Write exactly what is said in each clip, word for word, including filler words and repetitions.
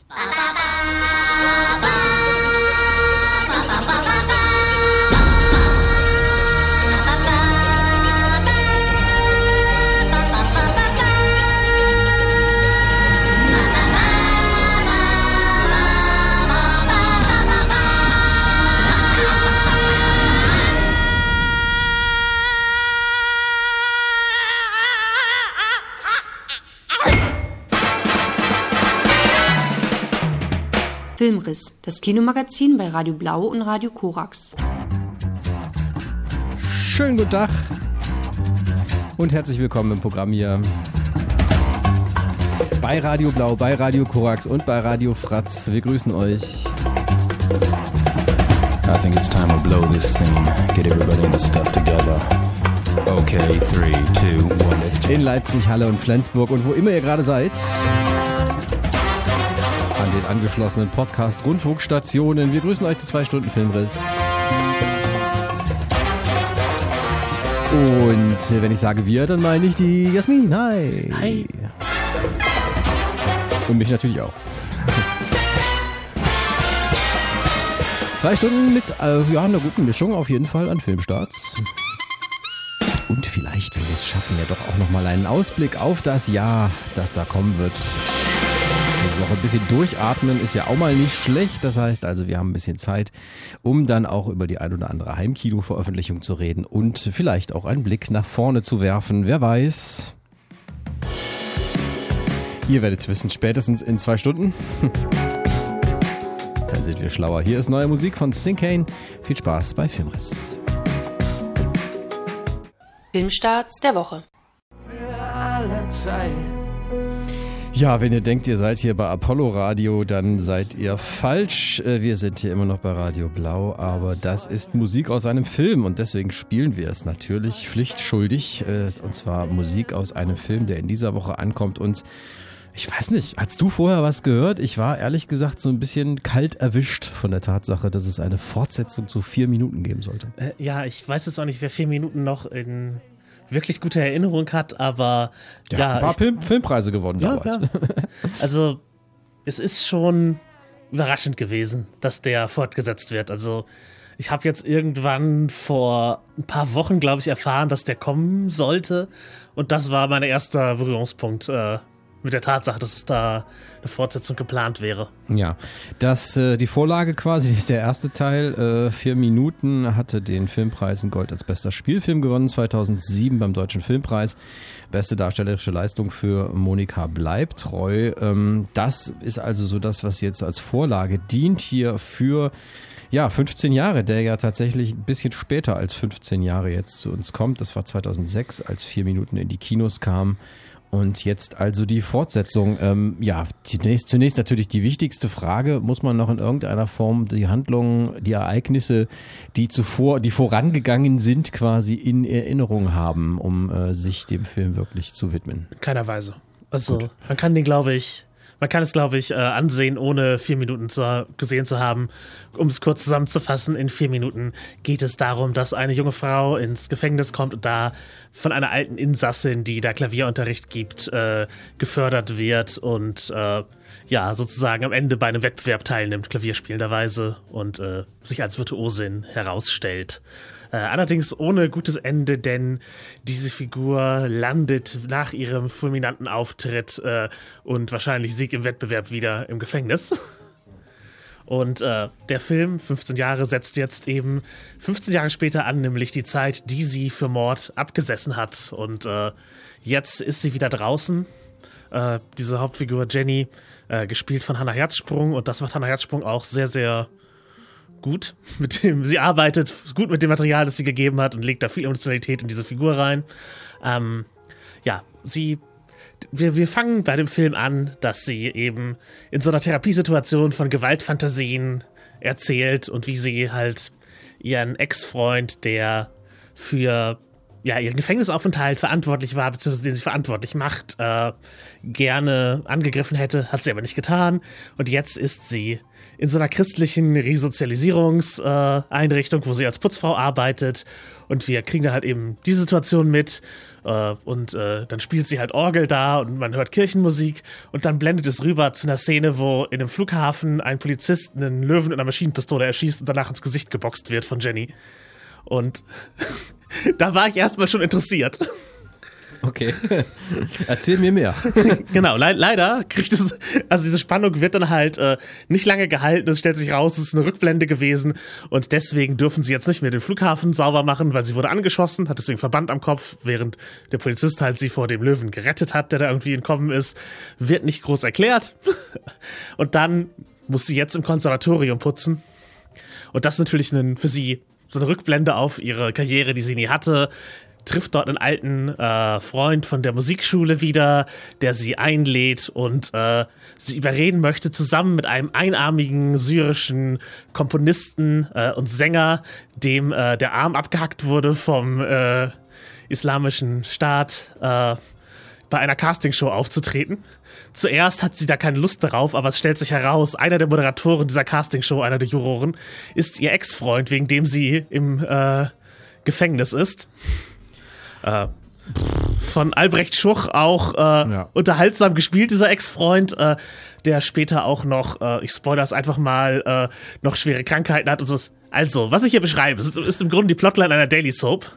Filmriss, das Kinomagazin bei Radio Blau und Radio Korax. Schönen guten Tag und herzlich willkommen im Programm hier bei Radio Blau, bei Radio Korax und bei Radio Fratz. Wir grüßen euch. I think it's time to blow this scene. Get everybody in the stuff together. Okay, three, two, one, let's jump. In Leipzig, Halle und Flensburg und wo immer ihr gerade seid. An den angeschlossenen Podcast-Rundfunkstationen. Wir grüßen euch zu zwei Stunden Filmriss. Und wenn ich sage wir, dann meine ich die Jasmin. Hi. Hi. Und mich natürlich auch. Zwei Stunden mit äh, ja, einer guten Mischung auf jeden Fall an Filmstarts. Und vielleicht, wenn wir es schaffen, ja doch auch nochmal einen Ausblick auf das Jahr, das da kommen wird. Diese Woche ein bisschen durchatmen ist ja auch mal nicht schlecht. Das heißt also, wir haben ein bisschen Zeit, um dann auch über die ein oder andere Heimkino-Veröffentlichung zu reden und vielleicht auch einen Blick nach vorne zu werfen. Wer weiß. Ihr werdet es wissen, spätestens in zwei Stunden. Dann sind wir schlauer. Hier ist neue Musik von Syncane. Viel Spaß bei Filmriss. Filmstarts der Woche. Für alle Zeit. Ja, wenn ihr denkt, ihr seid hier bei Apollo Radio, dann seid ihr falsch. Wir sind hier immer noch bei Radio Blau, aber das ist Musik aus einem Film und deswegen spielen wir es natürlich pflichtschuldig. Und zwar Musik aus einem Film, der in dieser Woche ankommt und ich weiß nicht, hast du vorher was gehört? Ich war ehrlich gesagt so ein bisschen kalt erwischt von der Tatsache, dass es eine Fortsetzung zu vier Minuten geben sollte. Äh, ja, ich weiß jetzt auch nicht, wer vier Minuten noch in wirklich gute Erinnerung hat, aber ja, ja ein paar ich, Film, Filmpreise gewonnen ja, damals. ja. Also es ist schon überraschend gewesen, dass der fortgesetzt wird. Also ich habe jetzt irgendwann vor ein paar Wochen, glaube ich, erfahren, dass der kommen sollte und das war mein erster Berührungspunkt äh, mit der Tatsache, dass es da eine Fortsetzung geplant wäre. Ja, das, äh, die Vorlage quasi, das ist der erste Teil, äh, vier Minuten, hatte den Filmpreis in Gold als bester Spielfilm gewonnen, zweitausendsieben beim Deutschen Filmpreis. Beste darstellerische Leistung für Monika Bleibtreu. Ähm, das ist also so das, was jetzt als Vorlage dient hier für ja, fünfzehn Jahre, der ja tatsächlich ein bisschen später als fünfzehn Jahre jetzt zu uns kommt. Das war zweitausendsechs, als vier Minuten in die Kinos kam. Und jetzt also die Fortsetzung. Ähm, ja, zunächst, zunächst natürlich die wichtigste Frage. Muss man noch in irgendeiner Form die Handlungen, die Ereignisse, die zuvor, die vorangegangen sind, quasi in Erinnerung haben, um äh, sich dem Film wirklich zu widmen? In keiner Weise. Also Gut. man kann den, glaube ich, man kann es, glaube ich, äh, ansehen, ohne vier Minuten zu, gesehen zu haben. Um es kurz zusammenzufassen, in vier Minuten geht es darum, dass eine junge Frau ins Gefängnis kommt und da von einer alten Insassin, die da Klavierunterricht gibt, äh, gefördert wird und äh, ja, sozusagen am Ende bei einem Wettbewerb teilnimmt, klavierspielenderweise und äh, sich als Virtuosin herausstellt. Äh, allerdings ohne gutes Ende, denn diese Figur landet nach ihrem fulminanten Auftritt äh, und wahrscheinlich Sieg im Wettbewerb wieder im Gefängnis. Und äh, der Film, fünfzehn Jahre, setzt jetzt eben fünfzehn Jahre später an, nämlich die Zeit, die sie für Mord abgesessen hat. Und äh, jetzt ist sie wieder draußen. Äh, diese Hauptfigur Jenny, äh, gespielt von Hannah Herzsprung. Und das macht Hannah Herzsprung auch sehr, sehr gut. Mit dem, sie arbeitet gut mit dem Material, das sie gegeben hat und legt da viel Emotionalität in diese Figur rein. Ähm, ja, sie... Wir, wir fangen bei dem Film an, dass sie eben in so einer Therapiesituation von Gewaltfantasien erzählt und wie sie halt ihren Ex-Freund, der für ja, ihren Gefängnisaufenthalt verantwortlich war, beziehungsweise den sie verantwortlich macht, äh, gerne angegriffen hätte, hat sie aber nicht getan. Und jetzt ist sie in so einer christlichen Resozialisierungseinrichtung, äh, wo sie als Putzfrau arbeitet. Und wir kriegen dann halt eben diese Situation mit. Äh, und äh, dann spielt sie halt Orgel da und man hört Kirchenmusik. Und dann blendet es rüber zu einer Szene, wo in einem Flughafen ein Polizist einen Löwen mit einer Maschinenpistole erschießt und danach ins Gesicht geboxt wird von Jenny. Und da war ich erstmal schon interessiert. Okay, erzähl mir mehr. Genau, le- leider kriegt es, also diese Spannung wird dann halt äh, nicht lange gehalten. Es stellt sich raus, es ist eine Rückblende gewesen und deswegen dürfen sie jetzt nicht mehr den Flughafen sauber machen, weil sie wurde angeschossen, hat deswegen Verband am Kopf, während der Polizist halt sie vor dem Löwen gerettet hat, der da irgendwie entkommen ist. Wird nicht groß erklärt. Und dann muss sie jetzt im Konservatorium putzen. Und das ist natürlich ein, für sie so eine Rückblende auf ihre Karriere, die sie nie hatte. Trifft dort einen alten äh, Freund von der Musikschule wieder, der sie einlädt und äh, sie überreden möchte, zusammen mit einem einarmigen syrischen Komponisten äh, und Sänger, dem äh, der Arm abgehackt wurde vom äh, islamischen Staat, äh, bei einer Castingshow aufzutreten. Zuerst hat sie da keine Lust darauf, aber es stellt sich heraus, einer der Moderatoren dieser Castingshow, einer der Juroren, ist ihr Ex-Freund, wegen dem sie im äh, Gefängnis ist. Äh, von Albrecht Schuch auch äh, ja. unterhaltsam gespielt, dieser Ex-Freund, äh, der später auch noch, äh, ich spoilere es einfach mal, äh, noch schwere Krankheiten hat und so. Also, was ich hier beschreibe, ist, ist im Grunde die Plotline einer Daily Soap.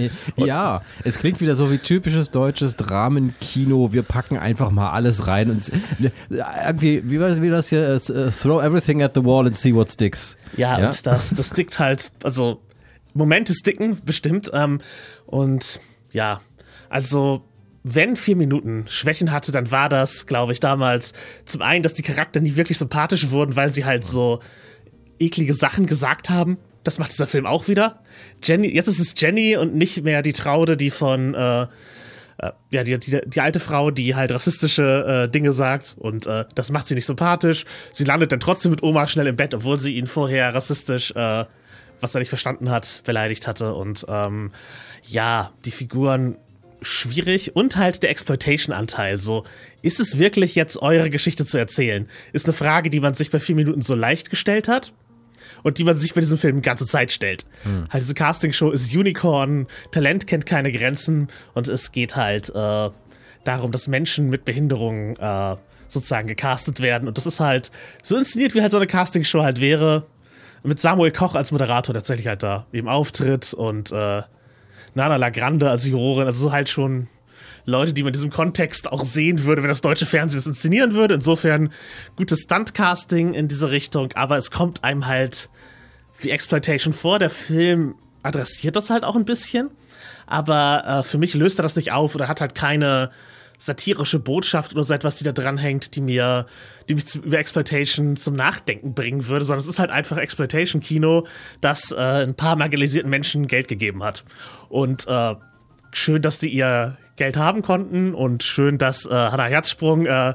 Ja, es klingt wieder so wie typisches deutsches Dramenkino. Wir packen einfach mal alles rein und irgendwie, wie war wie das hier? Uh, throw everything at the wall and see what sticks. Ja, ja? und das, das stickt halt, also Momente sticken bestimmt. Ähm, und ja, also wenn vier Minuten Schwächen hatte, dann war das, glaube ich, damals zum einen, dass die Charakter nie wirklich sympathisch wurden, weil sie halt so eklige Sachen gesagt haben. Das macht dieser Film auch wieder. Jenny, jetzt ist es Jenny und nicht mehr die Traude, die von äh, äh, ja, die, die, die alte Frau, die halt rassistische äh, Dinge sagt und äh, das macht sie nicht sympathisch. Sie landet dann trotzdem mit Oma schnell im Bett, obwohl sie ihn vorher rassistisch, äh, was er nicht verstanden hat, beleidigt hatte und ähm, ja, die Figuren schwierig und halt der Exploitation-Anteil. So, ist es wirklich jetzt eure Geschichte zu erzählen? Ist eine Frage, die man sich bei vier Minuten so leicht gestellt hat und die man sich bei diesem Film die ganze Zeit stellt. Hm. Halt, diese Castingshow ist Unicorn, Talent kennt keine Grenzen und es geht halt äh, darum, dass Menschen mit Behinderungen äh, sozusagen gecastet werden und das ist halt so inszeniert, wie halt so eine Castingshow halt wäre, mit Samuel Koch als Moderator tatsächlich halt da im Auftritt und äh, Nana Lagrande als Jurorin, also so halt schon Leute, die man in diesem Kontext auch sehen würde, wenn das deutsche Fernsehen das inszenieren würde. Insofern gutes Stunt-Casting in diese Richtung, aber es kommt einem halt wie Exploitation vor. Der Film adressiert das halt auch ein bisschen, aber äh, für mich löst er das nicht auf oder hat halt keine satirische Botschaft oder so etwas, die da dranhängt, die mir, die mich zu, über Exploitation zum Nachdenken bringen würde, sondern es ist halt einfach Exploitation-Kino, das äh, ein paar marginalisierten Menschen Geld gegeben hat. Und äh, schön, dass die ihr Geld haben konnten und schön, dass äh, Hannah Herzsprung äh,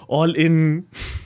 all-in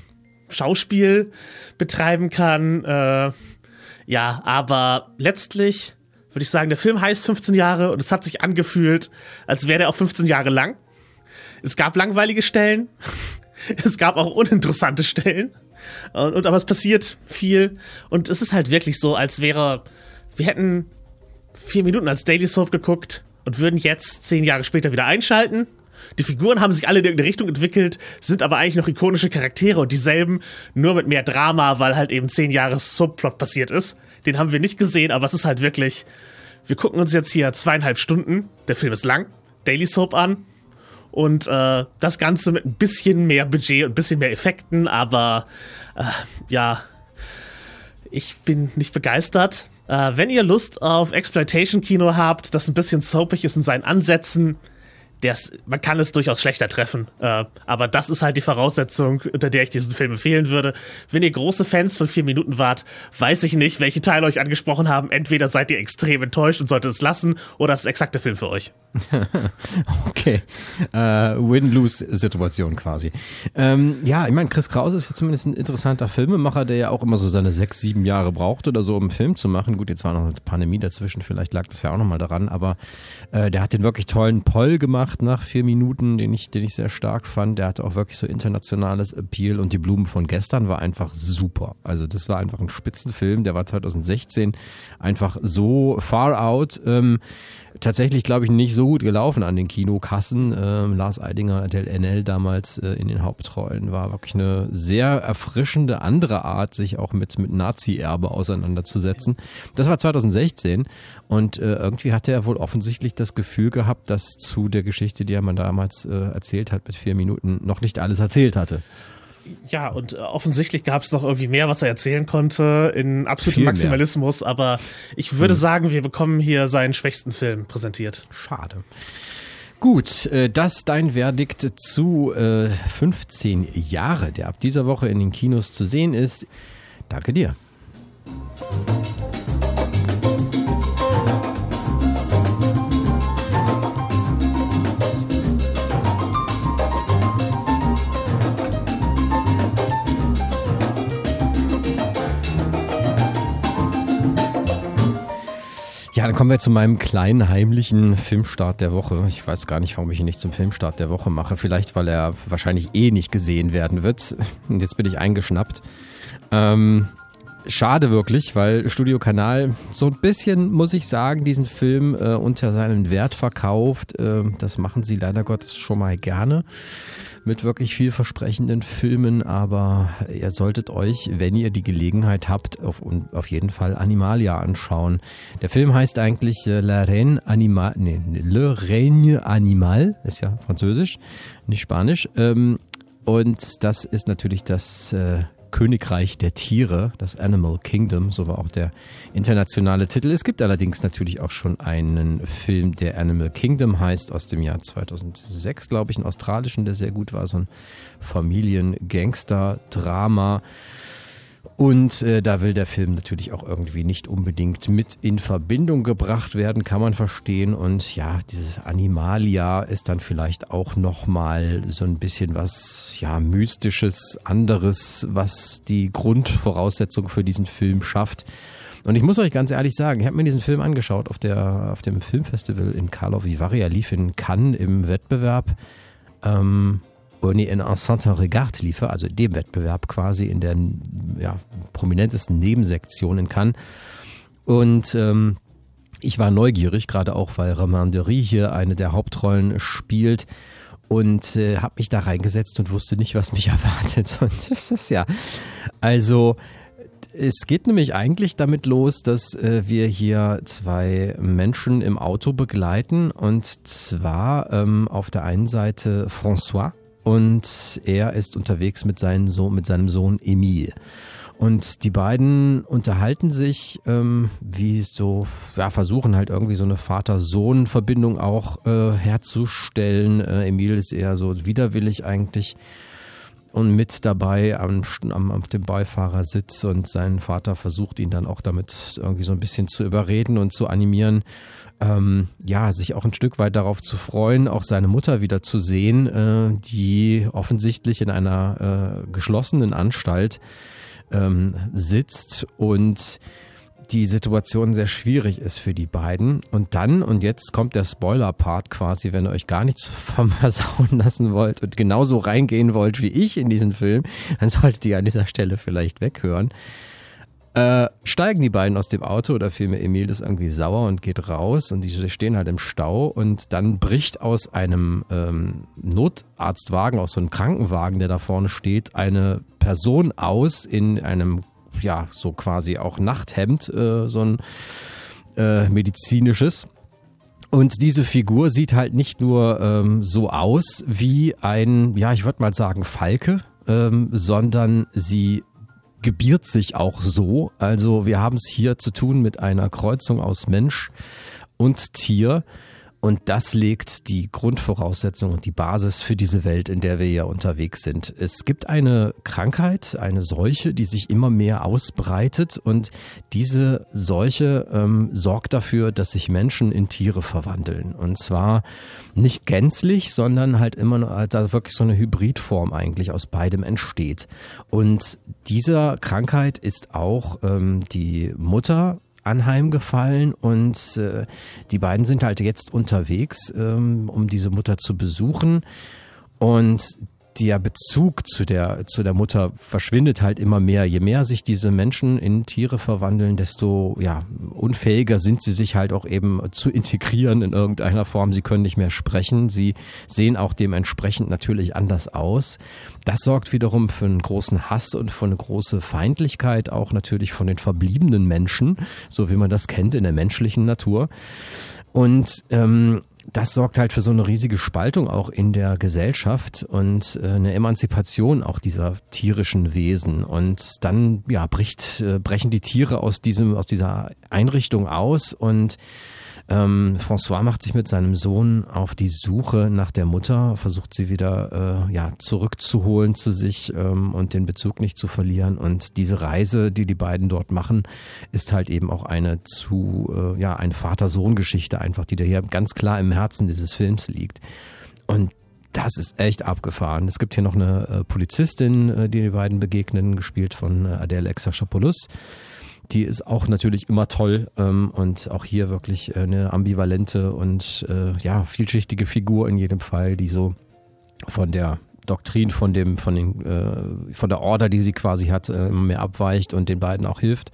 Schauspiel betreiben kann. Äh, ja, aber letztlich würde ich sagen, der Film heißt fünfzehn Jahre und es hat sich angefühlt, als wäre der auch fünfzehn Jahre lang. Es gab langweilige Stellen, es gab auch uninteressante Stellen, und, und, aber es passiert viel und es ist halt wirklich so, als wäre, wir hätten vier Minuten als Daily Soap geguckt und würden jetzt zehn Jahre später wieder einschalten. Die Figuren haben sich alle in irgendeine Richtung entwickelt, sind aber eigentlich noch ikonische Charaktere und dieselben, nur mit mehr Drama, weil halt eben zehn Jahre Soap-Plot passiert ist. Den haben wir nicht gesehen, aber es ist halt wirklich, wir gucken uns jetzt hier zweieinhalb Stunden, der Film ist lang, Daily Soap an. Und äh, das Ganze mit ein bisschen mehr Budget und ein bisschen mehr Effekten, aber äh, ja, ich bin nicht begeistert. Äh, wenn ihr Lust auf Exploitation-Kino habt, das ein bisschen soapig ist in seinen Ansätzen, der's, man kann es durchaus schlechter treffen. Äh, aber das ist halt die Voraussetzung, unter der ich diesen Film empfehlen würde. Wenn ihr große Fans von vier Minuten wart, weiß ich nicht, welche Teile euch angesprochen haben. Entweder seid ihr extrem enttäuscht und solltet es lassen, oder es ist exakt der Film für euch. Okay, äh, Win-Lose-Situation quasi. Ähm, ja, ich meine, Chris Krause ist ja zumindest ein interessanter Filmemacher, der ja auch immer so seine sechs, sieben Jahre braucht oder so, um einen Film zu machen. Gut, jetzt war noch eine Pandemie dazwischen, vielleicht lag das ja auch nochmal daran, aber äh, der hat den wirklich tollen Poll gemacht nach vier Minuten, den ich, den ich sehr stark fand. Der hatte auch wirklich so internationales Appeal und Die Blumen von gestern war einfach super. Also das war einfach ein Spitzenfilm, der war zwanzig sechzehn einfach so far out. Ähm, Tatsächlich, glaube ich, nicht so gut gelaufen an den Kinokassen. Ähm, Lars Eidinger, Adele Haenel damals äh, in den Hauptrollen, war wirklich eine sehr erfrischende andere Art, sich auch mit, mit Nazi-Erbe auseinanderzusetzen. Das war zwanzig sechzehn und äh, irgendwie hatte er wohl offensichtlich das Gefühl gehabt, dass zu der Geschichte, die er man damals äh, erzählt hat mit vier Minuten, noch nicht alles erzählt hatte. Ja, und äh, offensichtlich gab es noch irgendwie mehr, was er erzählen konnte in absolutem Maximalismus, aber ich würde hm. sagen, wir bekommen hier seinen schwächsten Film präsentiert. Schade. Gut, äh, das dein Verdikt zu äh, fünfzehn Jahre, der ab dieser Woche in den Kinos zu sehen ist. Danke dir. Ja, dann kommen wir zu meinem kleinen heimlichen Filmstart der Woche. Ich weiß gar nicht, warum ich ihn nicht zum Filmstart der Woche mache. Vielleicht, weil er wahrscheinlich eh nicht gesehen werden wird. Und jetzt bin ich eingeschnappt. Ähm, schade wirklich, weil Studio Kanal so ein bisschen, muss ich sagen, diesen Film äh, unter seinen Wert verkauft. Äh, das machen sie leider Gottes schon mal gerne. Mit wirklich vielversprechenden Filmen, aber ihr solltet euch, wenn ihr die Gelegenheit habt, auf, auf jeden Fall Animalia anschauen. Der Film heißt eigentlich äh, La Reine Animal, nee, Le Règne Animal, ist ja französisch, nicht spanisch. Ähm, und das ist natürlich das äh, Königreich der Tiere, das Animal Kingdom, so war auch der internationale Titel. Es gibt allerdings natürlich auch schon einen Film, der Animal Kingdom heißt, aus dem Jahr zweitausendsechs, glaube ich, einen australischen, der sehr gut war, so ein Familien-Gangster-Drama. Und äh, da will der Film natürlich auch irgendwie nicht unbedingt mit in Verbindung gebracht werden, kann man verstehen. Und ja, dieses Animalia ist dann vielleicht auch nochmal so ein bisschen was, ja, Mystisches, anderes, was die Grundvoraussetzung für diesen Film schafft. Und ich muss euch ganz ehrlich sagen, ich habe mir diesen Film angeschaut auf der auf dem Filmfestival in Karlovy Vary. Er lief in Cannes im Wettbewerb. Ähm, Oh nee, in Un Certain Regard lief er, also dem Wettbewerb quasi in der ja, prominentesten Nebensektion in Cannes. Und ähm, ich war neugierig, gerade auch, weil Romain Duris hier eine der Hauptrollen spielt und äh, habe mich da reingesetzt und wusste nicht, was mich erwartet. Und das ist ja, also es geht nämlich eigentlich damit los, dass äh, wir hier zwei Menschen im Auto begleiten und zwar ähm, auf der einen Seite François, und er ist unterwegs mit, seinen Sohn, mit seinem Sohn Emile. Und die beiden unterhalten sich, ähm, wie so, ja, versuchen halt irgendwie so eine Vater-Sohn-Verbindung auch äh, herzustellen. Äh, Emile ist eher so widerwillig eigentlich und mit dabei am, am, am dem Beifahrersitz und sein Vater versucht ihn dann auch damit irgendwie so ein bisschen zu überreden und zu animieren, ähm, ja, sich auch ein Stück weit darauf zu freuen, auch seine Mutter wieder zu sehen, äh, die offensichtlich in einer äh, geschlossenen Anstalt ähm, sitzt und die Situation sehr schwierig ist für die beiden. Und dann, und jetzt kommt der Spoiler-Part quasi, wenn ihr euch gar nichts versauen lassen wollt und genauso reingehen wollt wie ich in diesen Film, dann solltet ihr an dieser Stelle vielleicht weghören. Äh, steigen die beiden aus dem Auto oder vielmehr Emile ist irgendwie sauer und geht raus und die stehen halt im Stau und dann bricht aus einem ähm, Notarztwagen, aus so einem Krankenwagen, der da vorne steht, eine Person aus in einem, ja, so quasi auch Nachthemd, äh, so ein äh, medizinisches. Und diese Figur sieht halt nicht nur ähm, so aus wie ein, ja, ich würde mal sagen Falke, ähm, sondern sie gebiert sich auch so. Also wir haben es hier zu tun mit einer Kreuzung aus Mensch und Tier. Und das legt die Grundvoraussetzung und die Basis für diese Welt, in der wir ja unterwegs sind. Es gibt eine Krankheit, eine Seuche, die sich immer mehr ausbreitet und diese Seuche ähm, sorgt dafür, dass sich Menschen in Tiere verwandeln. Und zwar nicht gänzlich, sondern halt immer nur, also wirklich so eine Hybridform eigentlich aus beidem entsteht. Und dieser Krankheit ist auch ähm, die Mutter anheimgefallen und äh, die beiden sind halt jetzt unterwegs, ähm, um diese Mutter zu besuchen und der Bezug zu der, zu der Mutter verschwindet halt immer mehr. Je mehr sich diese Menschen in Tiere verwandeln, desto ja, unfähiger sind sie sich halt auch eben zu integrieren in irgendeiner Form. Sie können nicht mehr sprechen, sie sehen auch dementsprechend natürlich anders aus. Das sorgt wiederum für einen großen Hass und für eine große Feindlichkeit, auch natürlich von den verbliebenen Menschen, so wie man das kennt in der menschlichen Natur. Und ähm, das sorgt halt für so eine riesige Spaltung auch in der Gesellschaft und äh, eine Emanzipation auch dieser tierischen Wesen. Und dann ja bricht, äh, brechen die Tiere aus diesem aus dieser Einrichtung aus und ähm, François macht sich mit seinem Sohn auf die Suche nach der Mutter, versucht sie wieder äh, ja zurückzuholen zu sich ähm, und den Bezug nicht zu verlieren. Und diese Reise, die die beiden dort machen, ist halt eben auch eine zu äh, ja eine Vater-Sohn-Geschichte einfach, die da hier ganz klar im Herzen dieses Films liegt. Und das ist echt abgefahren. Es gibt hier noch eine äh, Polizistin, äh, die die beiden begegnen, gespielt von äh, Adèle Exarchopoulos. Die ist auch natürlich immer toll ähm, und auch hier wirklich eine ambivalente und äh, ja vielschichtige Figur in jedem Fall, die so von der Doktrin, von dem, von den, äh, von der Order, die sie quasi hat, äh, immer mehr abweicht und den beiden auch hilft.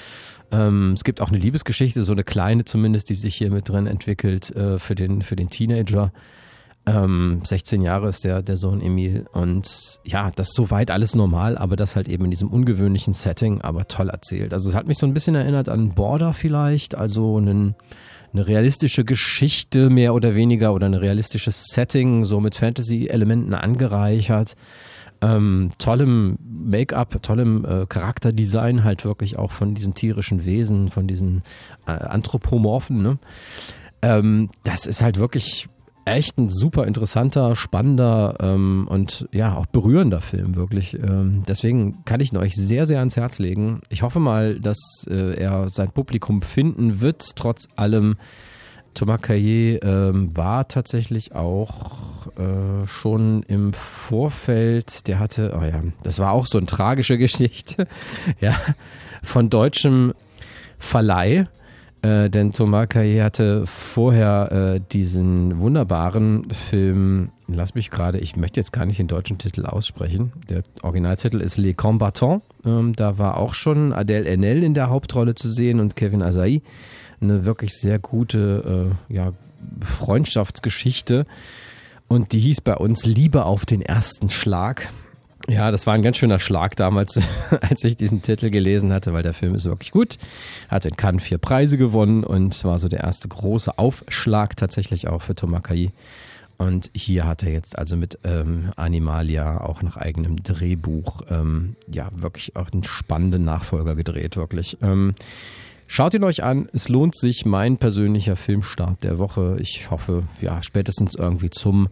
Ähm, es gibt auch eine Liebesgeschichte, so eine kleine zumindest, die sich hier mit drin entwickelt äh, für den für den Teenager. Ähm, sechzehn Jahre ist der, der Sohn Emil und ja, das ist soweit alles normal, aber das halt eben in diesem ungewöhnlichen Setting, aber toll erzählt. Also es hat mich so ein bisschen erinnert an Border vielleicht, also einen, eine realistische Geschichte mehr oder weniger oder ein realistisches Setting, so mit Fantasy-Elementen angereichert. Ähm, tollem Make-up, tollem äh, Charakterdesign halt wirklich auch von diesen tierischen Wesen, von diesen äh, Anthropomorphen, ne? Ähm, das ist halt wirklich echt ein super interessanter, spannender ähm, und ja auch berührender Film, wirklich. Ähm, deswegen kann ich ihn euch sehr, sehr ans Herz legen. Ich hoffe mal, dass äh, er sein Publikum finden wird, trotz allem. Thomas Caillet ähm, war tatsächlich auch äh, schon im Vorfeld, der hatte, oh ja, das war auch so eine tragische Geschichte, ja, von deutschem Verleih. Äh, denn Thomas Caillet hatte vorher äh, diesen wunderbaren Film, lass mich gerade, ich möchte jetzt gar nicht den deutschen Titel aussprechen, der Originaltitel ist Les Combattants, ähm, da war auch schon Adèle Haenel in der Hauptrolle zu sehen und Kevin Asahi, eine wirklich sehr gute äh, ja, Freundschaftsgeschichte und die hieß bei uns Liebe auf den ersten Schlag. Ja, das war ein ganz schöner Schlag damals, als ich diesen Titel gelesen hatte, weil der Film ist wirklich gut. Hat in Cannes vier Preise gewonnen und war so der erste große Aufschlag tatsächlich auch für Thomas Caillet. Und hier hat er jetzt also mit ähm, Animalia auch nach eigenem Drehbuch ähm, ja wirklich auch einen spannenden Nachfolger gedreht, wirklich. Ähm, Schaut ihn euch an, es lohnt sich, mein persönlicher Filmstart der Woche. Ich hoffe, ja, spätestens irgendwie zum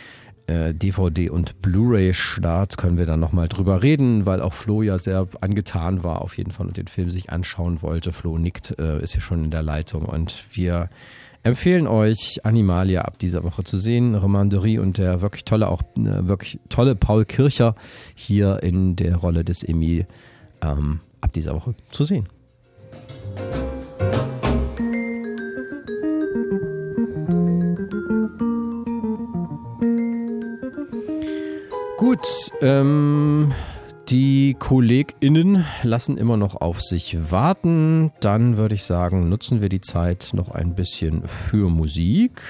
D V D- und Blu-ray-Start können wir dann nochmal drüber reden, weil auch Flo ja sehr angetan war auf jeden Fall und den Film sich anschauen wollte. Flo nickt, äh, ist hier schon in der Leitung und wir empfehlen euch Animalia ab dieser Woche zu sehen. Romain Duris und der wirklich tolle, auch äh, wirklich tolle Paul Kircher hier in der Rolle des Emil ähm, ab dieser Woche zu sehen. Gut, ähm, die KollegInnen lassen immer noch auf sich warten. Dann würde ich sagen, nutzen wir die Zeit noch ein bisschen für Musik.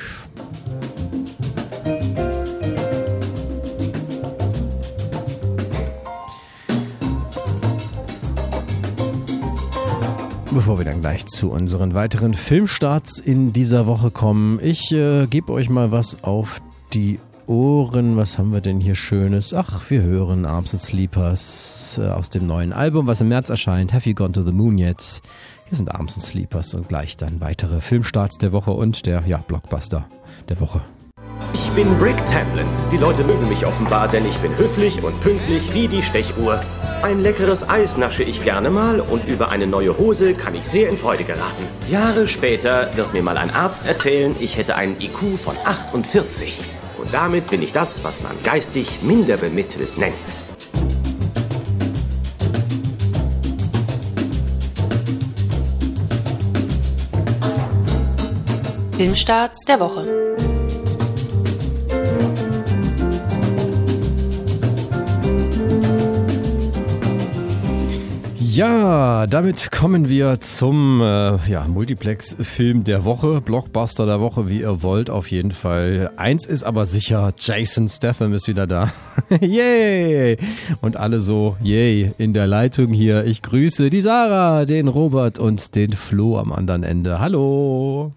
Bevor wir dann gleich zu unseren weiteren Filmstarts in dieser Woche kommen, ich äh, gebe euch mal was auf die Ohren. Was haben wir denn hier Schönes? Ach, wir hören Arms and Sleepers äh, aus dem neuen Album, was im März erscheint. Have You Gone to the Moon jetzt? Hier sind Arms and Sleepers und gleich dann weitere Filmstarts der Woche und der, ja, Blockbuster der Woche. Ich bin Brick Tamland. Die Leute mögen mich offenbar, denn ich bin höflich und pünktlich wie die Stechuhr. Ein leckeres Eis nasche ich gerne mal und über eine neue Hose kann ich sehr in Freude geraten. Jahre später wird mir mal ein Arzt erzählen, ich hätte einen I Q von achtundvierzig. Und damit bin ich das, was man geistig minder bemittelt nennt. Filmstarts der Woche. Ja, damit kommen wir zum äh, ja, Multiplex-Film der Woche, Blockbuster der Woche, wie ihr wollt, auf jeden Fall. Eins ist aber sicher, Jason Statham ist wieder da. Yay! Und alle so, yay, in der Leitung hier. Ich grüße die Sarah, den Robert und den Flo am anderen Ende. Hallo!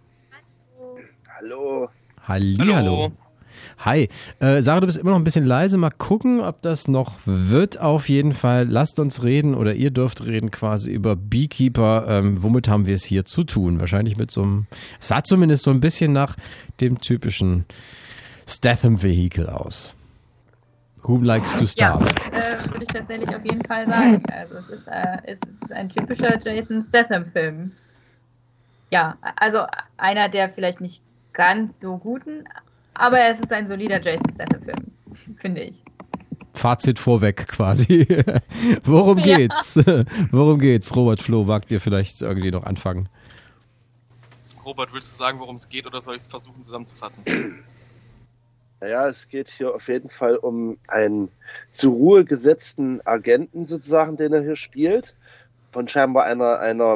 Hallo! Hallihallo! Hallo. Hi, äh, Sarah, du bist immer noch ein bisschen leise. Mal gucken, ob das noch wird. Auf jeden Fall, lasst uns reden oder ihr dürft reden quasi über Beekeeper. Ähm, womit haben wir es hier zu tun? Wahrscheinlich mit so einem, es sah zumindest so ein bisschen nach dem typischen Statham-Vehikel aus. Who likes to start? Ja, das äh, würde ich tatsächlich auf jeden Fall sagen. Also es ist, äh, es ist ein typischer Jason Statham-Film. Ja, also einer der vielleicht nicht ganz so guten, aber es ist ein solider Jason Statham-Film, finde ich. Fazit vorweg quasi. Worum ja. geht's? Worum geht's? Robert, Flo, wagt ihr vielleicht irgendwie noch anfangen? Robert, willst du sagen, worum es geht, oder soll ich es versuchen zusammenzufassen? Naja, es geht hier auf jeden Fall um einen zur Ruhe gesetzten Agenten sozusagen, den er hier spielt. Von scheinbar einer, einer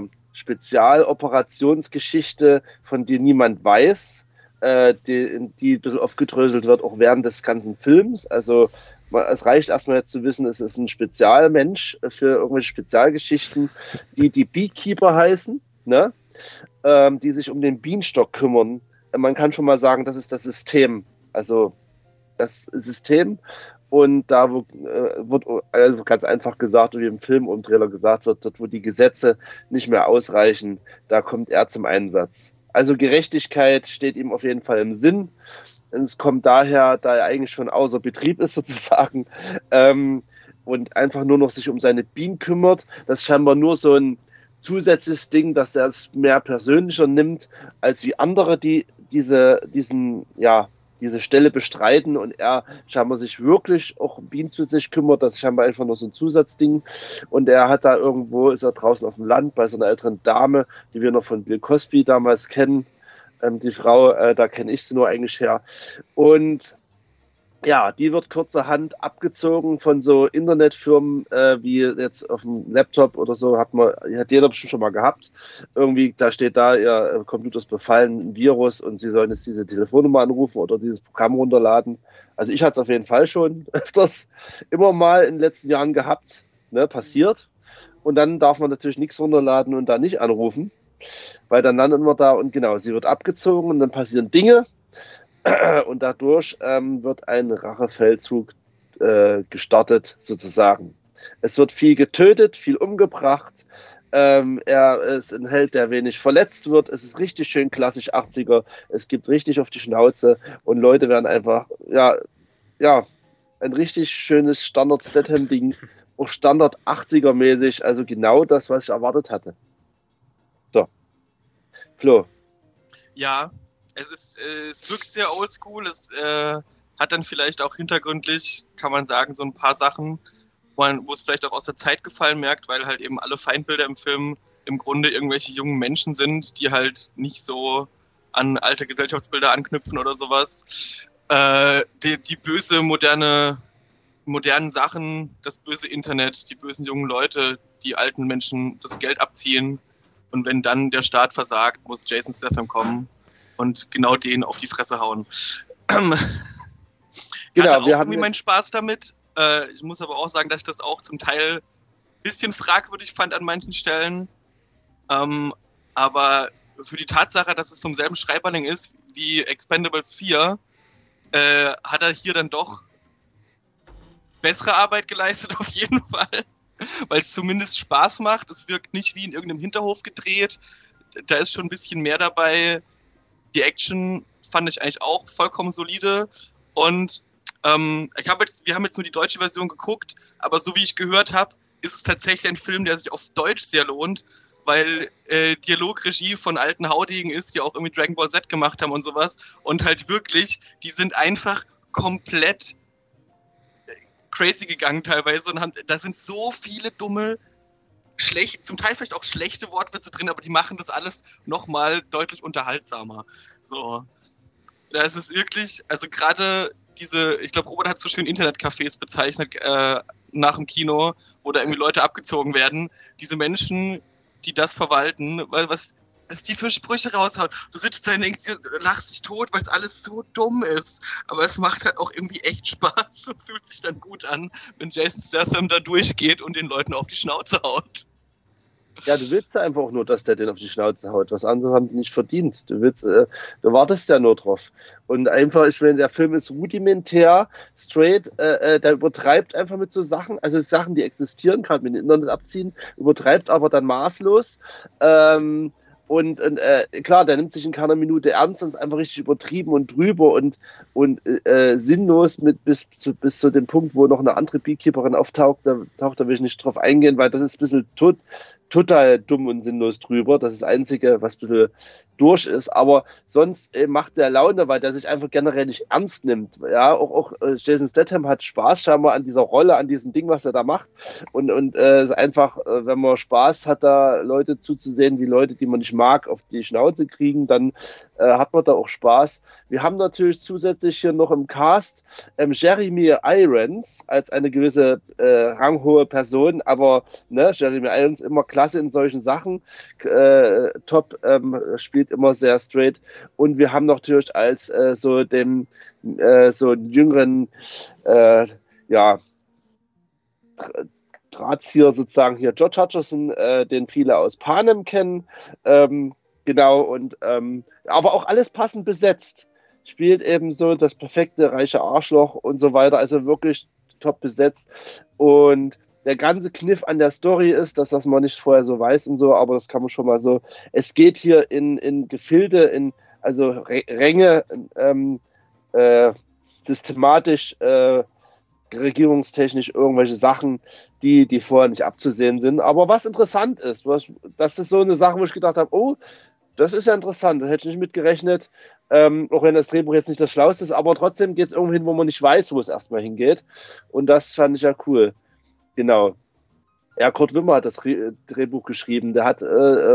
Spezialoperationsgeschichte, von der niemand weiß. Die, die ein bisschen aufgedröselt wird, auch während des ganzen Films. Also es reicht erstmal jetzt zu wissen, es ist ein Spezialmensch für irgendwelche Spezialgeschichten, die die Beekeeper heißen, ne? ähm, die sich um den Bienenstock kümmern. Man kann schon mal sagen, das ist das System. Also das System. Und da wo, äh, wird also ganz einfach gesagt, wie im Film und im Trailer gesagt wird, dort wo die Gesetze nicht mehr ausreichen, da kommt er zum Einsatz. Also Gerechtigkeit steht ihm auf jeden Fall im Sinn. Es kommt daher, da er eigentlich schon außer Betrieb ist sozusagen ähm, und einfach nur noch sich um seine Bienen kümmert. Das ist scheinbar nur so ein zusätzliches Ding, dass er es mehr persönlicher nimmt als wie andere, die diese, diesen, ja, diese Stelle bestreiten, und er scheinbar sich wirklich auch um Bienen zu sich kümmert. Das ist scheinbar einfach nur so ein Zusatzding. Und er hat da irgendwo, ist er draußen auf dem Land bei so einer älteren Dame, die wir noch von Bill Cosby damals kennen. Ähm, die Frau, äh, da kenne ich sie nur eigentlich her. Und ja, die wird kurzerhand abgezogen von so Internetfirmen, äh, wie jetzt auf dem Laptop oder so, hat man, hat jeder bestimmt schon mal gehabt. Irgendwie, da steht da, ihr Computer ist befallen, ein Virus, und sie sollen jetzt diese Telefonnummer anrufen oder dieses Programm runterladen. Also ich hatte es auf jeden Fall schon öfters immer mal in den letzten Jahren gehabt, ne, passiert. Und dann darf man natürlich nichts runterladen und da nicht anrufen, weil dann landen wir da und genau, sie wird abgezogen und dann passieren Dinge. Und dadurch ähm, wird ein Rachefeldzug äh, gestartet, sozusagen. Es wird viel getötet, viel umgebracht. Ähm, er ist ein Held, der wenig verletzt wird. Es ist richtig schön klassisch achtziger. Es gibt richtig auf die Schnauze. Und Leute werden einfach, ja, ja, ein richtig schönes Standard-Statham-Ding. Auch Standard achtziger-mäßig. Also genau das, was ich erwartet hatte. So. Flo. Ja. Es ist, äh, es wirkt sehr oldschool, es äh, hat dann vielleicht auch hintergründlich, kann man sagen, so ein paar Sachen, wo, man, wo es vielleicht auch aus der Zeit gefallen merkt, weil halt eben alle Feindbilder im Film im Grunde irgendwelche jungen Menschen sind, die halt nicht so an alte Gesellschaftsbilder anknüpfen oder sowas. Äh, die, die böse, moderne, modernen Sachen, das böse Internet, die bösen jungen Leute, die alten Menschen das Geld abziehen, und wenn dann der Staat versagt, muss Jason Statham kommen und genau den auf die Fresse hauen. Ähm, ich genau, hatte auch wir irgendwie meinen Spaß damit. Äh, ich muss aber auch sagen, dass ich das auch zum Teil ein bisschen fragwürdig fand an manchen Stellen. Ähm, aber für die Tatsache, dass es vom selben Schreiberling ist wie Expendables vier, äh, hat er hier dann doch bessere Arbeit geleistet auf jeden Fall, weil es zumindest Spaß macht. Es wirkt nicht wie in irgendeinem Hinterhof gedreht. Da ist schon ein bisschen mehr dabei. Die Action fand ich eigentlich auch vollkommen solide. Und ähm, ich hab jetzt, wir haben jetzt nur die deutsche Version geguckt, aber so wie ich gehört habe, ist es tatsächlich ein Film, der sich auf Deutsch sehr lohnt, weil äh, Dialogregie von alten Haudegen ist, die auch irgendwie Dragon Ball Z gemacht haben und sowas. Und halt wirklich, die sind einfach komplett crazy gegangen teilweise und haben, da sind so viele dumme, schlecht, zum Teil vielleicht auch schlechte Wortwitze drin, aber die machen das alles nochmal deutlich unterhaltsamer. So. Da ist es wirklich, also gerade diese, ich glaube, Robert hat so schön Internetcafés bezeichnet, äh, nach dem Kino, wo da irgendwie Leute abgezogen werden. Diese Menschen, die das verwalten, weil was, was die für Sprüche raushaut. Du sitzt da und denkst, lachst dich tot, weil es alles so dumm ist. Aber es macht halt auch irgendwie echt Spaß und fühlt sich dann gut an, wenn Jason Statham da durchgeht und den Leuten auf die Schnauze haut. Ja, du willst ja einfach auch nur, dass der den auf die Schnauze haut. Was anderes haben die nicht verdient. Du willst, äh, du wartest ja nur drauf. Und einfach, ich meine, der Film ist rudimentär, straight, äh, der übertreibt einfach mit so Sachen, also Sachen, die existieren, gerade mit dem Internet abziehen, übertreibt aber dann maßlos. Ähm, Und, und äh, klar, der nimmt sich in keiner Minute ernst und ist einfach richtig übertrieben und drüber und, und äh, sinnlos mit bis zu, bis zu dem Punkt, wo noch eine andere Beekeeperin auftaucht. Da, taucht, da will ich nicht drauf eingehen, weil das ist ein bisschen tot, total dumm und sinnlos drüber. Das ist das Einzige, was ein bisschen durch ist. Aber sonst äh, macht der Laune, weil der sich einfach generell nicht ernst nimmt. Ja, auch, auch äh, Jason Statham hat Spaß scheinbar an dieser Rolle, an diesem Ding, was er da macht. Und, und äh, ist einfach, äh, wenn man Spaß hat, da Leute zuzusehen, die Leute, die man nicht mag, auf die Schnauze kriegen, dann äh, hat man da auch Spaß. Wir haben natürlich zusätzlich hier noch im Cast ähm, Jeremy Irons als eine gewisse äh, ranghohe Person, aber ne, Jeremy Irons immer klasse in solchen Sachen, äh, top, ähm, spielt immer sehr straight. Und wir haben natürlich als äh, so dem äh, so einen jüngeren äh, ja Drahtzieher sozusagen hier George Hutcherson, äh, den viele aus Panem kennen, ähm, genau, und ähm, aber auch alles passend besetzt. Spielt eben so das perfekte reiche Arschloch und so weiter, also wirklich top besetzt. Und der ganze Kniff an der Story ist, das, was man nicht vorher so weiß und so, aber das kann man schon mal so. Es geht hier in, in Gefilde, in also Ränge, ähm, äh, systematisch, äh, regierungstechnisch irgendwelche Sachen, die, die vorher nicht abzusehen sind. Aber was interessant ist, was, das ist so eine Sache, wo ich gedacht habe, oh, das ist ja interessant, da hätte ich nicht mitgerechnet, ähm, auch wenn das Drehbuch jetzt nicht das Schlauste ist, aber trotzdem geht es irgendwo hin, wo man nicht weiß, wo es erstmal hingeht. Und das fand ich ja cool. Genau. Ja, Kurt Wimmer hat das Drehbuch geschrieben. Der hat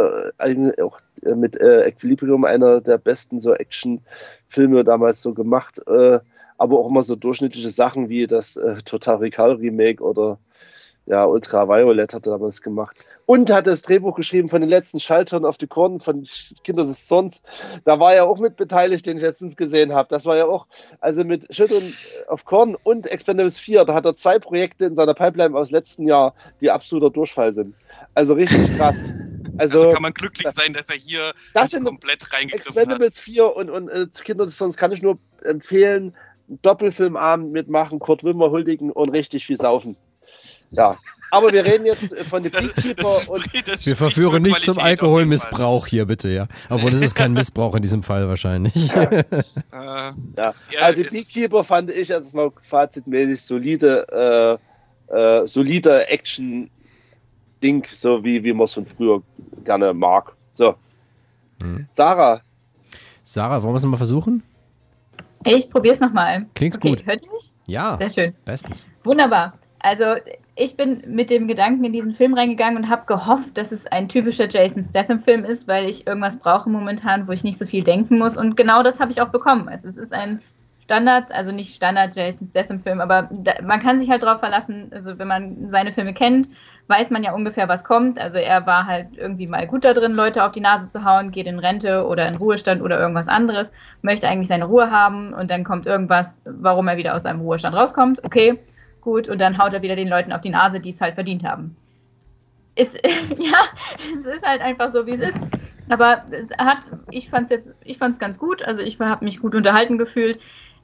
äh, auch mit äh, Equilibrium einer der besten so Action-Filme damals so gemacht, äh, aber auch immer so durchschnittliche Sachen wie das äh, Total Recall Remake oder ja, Ultraviolet hat er damals gemacht. Und hat das Drehbuch geschrieben von den letzten Schaltern auf die Korn von Kinder des Zorns. Da war er auch mit beteiligt, den ich letztens gesehen habe. Das war ja auch, also mit Schüttern auf Korn und Expendables vier, da hat er zwei Projekte in seiner Pipeline aus letzten Jahr, die absoluter Durchfall sind. Also richtig krass. Also, also kann man glücklich sein, dass er hier das komplett reingegriffen Expendables hat. vier und, und äh, Kinder des Zorns kann ich nur empfehlen. Doppelfilmabend mitmachen, Kurt Wimmer huldigen und richtig viel saufen. Ja, aber wir reden jetzt von dem Beekeeper das, das und das wir verführen nicht zum Alkoholmissbrauch hier, bitte, ja. Obwohl es ist kein Missbrauch in diesem Fall wahrscheinlich. Ja. äh, ja. Also Beekeeper fand ich, also mal fazitmäßig solide, äh, äh, solider Action-Ding, so wie, wie man es von früher gerne mag. So. Hm. Sarah. Sarah, wollen wir es nochmal versuchen? Ich probiere es nochmal. Klingt okay, gut. Hört ihr mich? Ja. Sehr schön. Bestens. Wunderbar. Also ich bin mit dem Gedanken in diesen Film reingegangen und habe gehofft, dass es ein typischer Jason Statham-Film ist, weil ich irgendwas brauche momentan, wo ich nicht so viel denken muss. Und genau das habe ich auch bekommen. Also es ist ein Standard, also nicht Standard Jason Statham-Film, aber da, man kann sich halt drauf verlassen, also wenn man seine Filme kennt, weiß man ja ungefähr, was kommt. Also er war halt irgendwie mal gut da drin, Leute auf die Nase zu hauen, geht in Rente oder in Ruhestand oder irgendwas anderes, möchte eigentlich seine Ruhe haben und dann kommt irgendwas, warum er wieder aus seinem Ruhestand rauskommt. Okay, gut, und dann haut er wieder den Leuten auf die Nase, die es halt verdient haben. Ist, ja, es ist halt einfach so, wie es ist. Aber es hat, ich fand es jetzt, ich fand es ganz gut, also ich habe mich gut unterhalten gefühlt.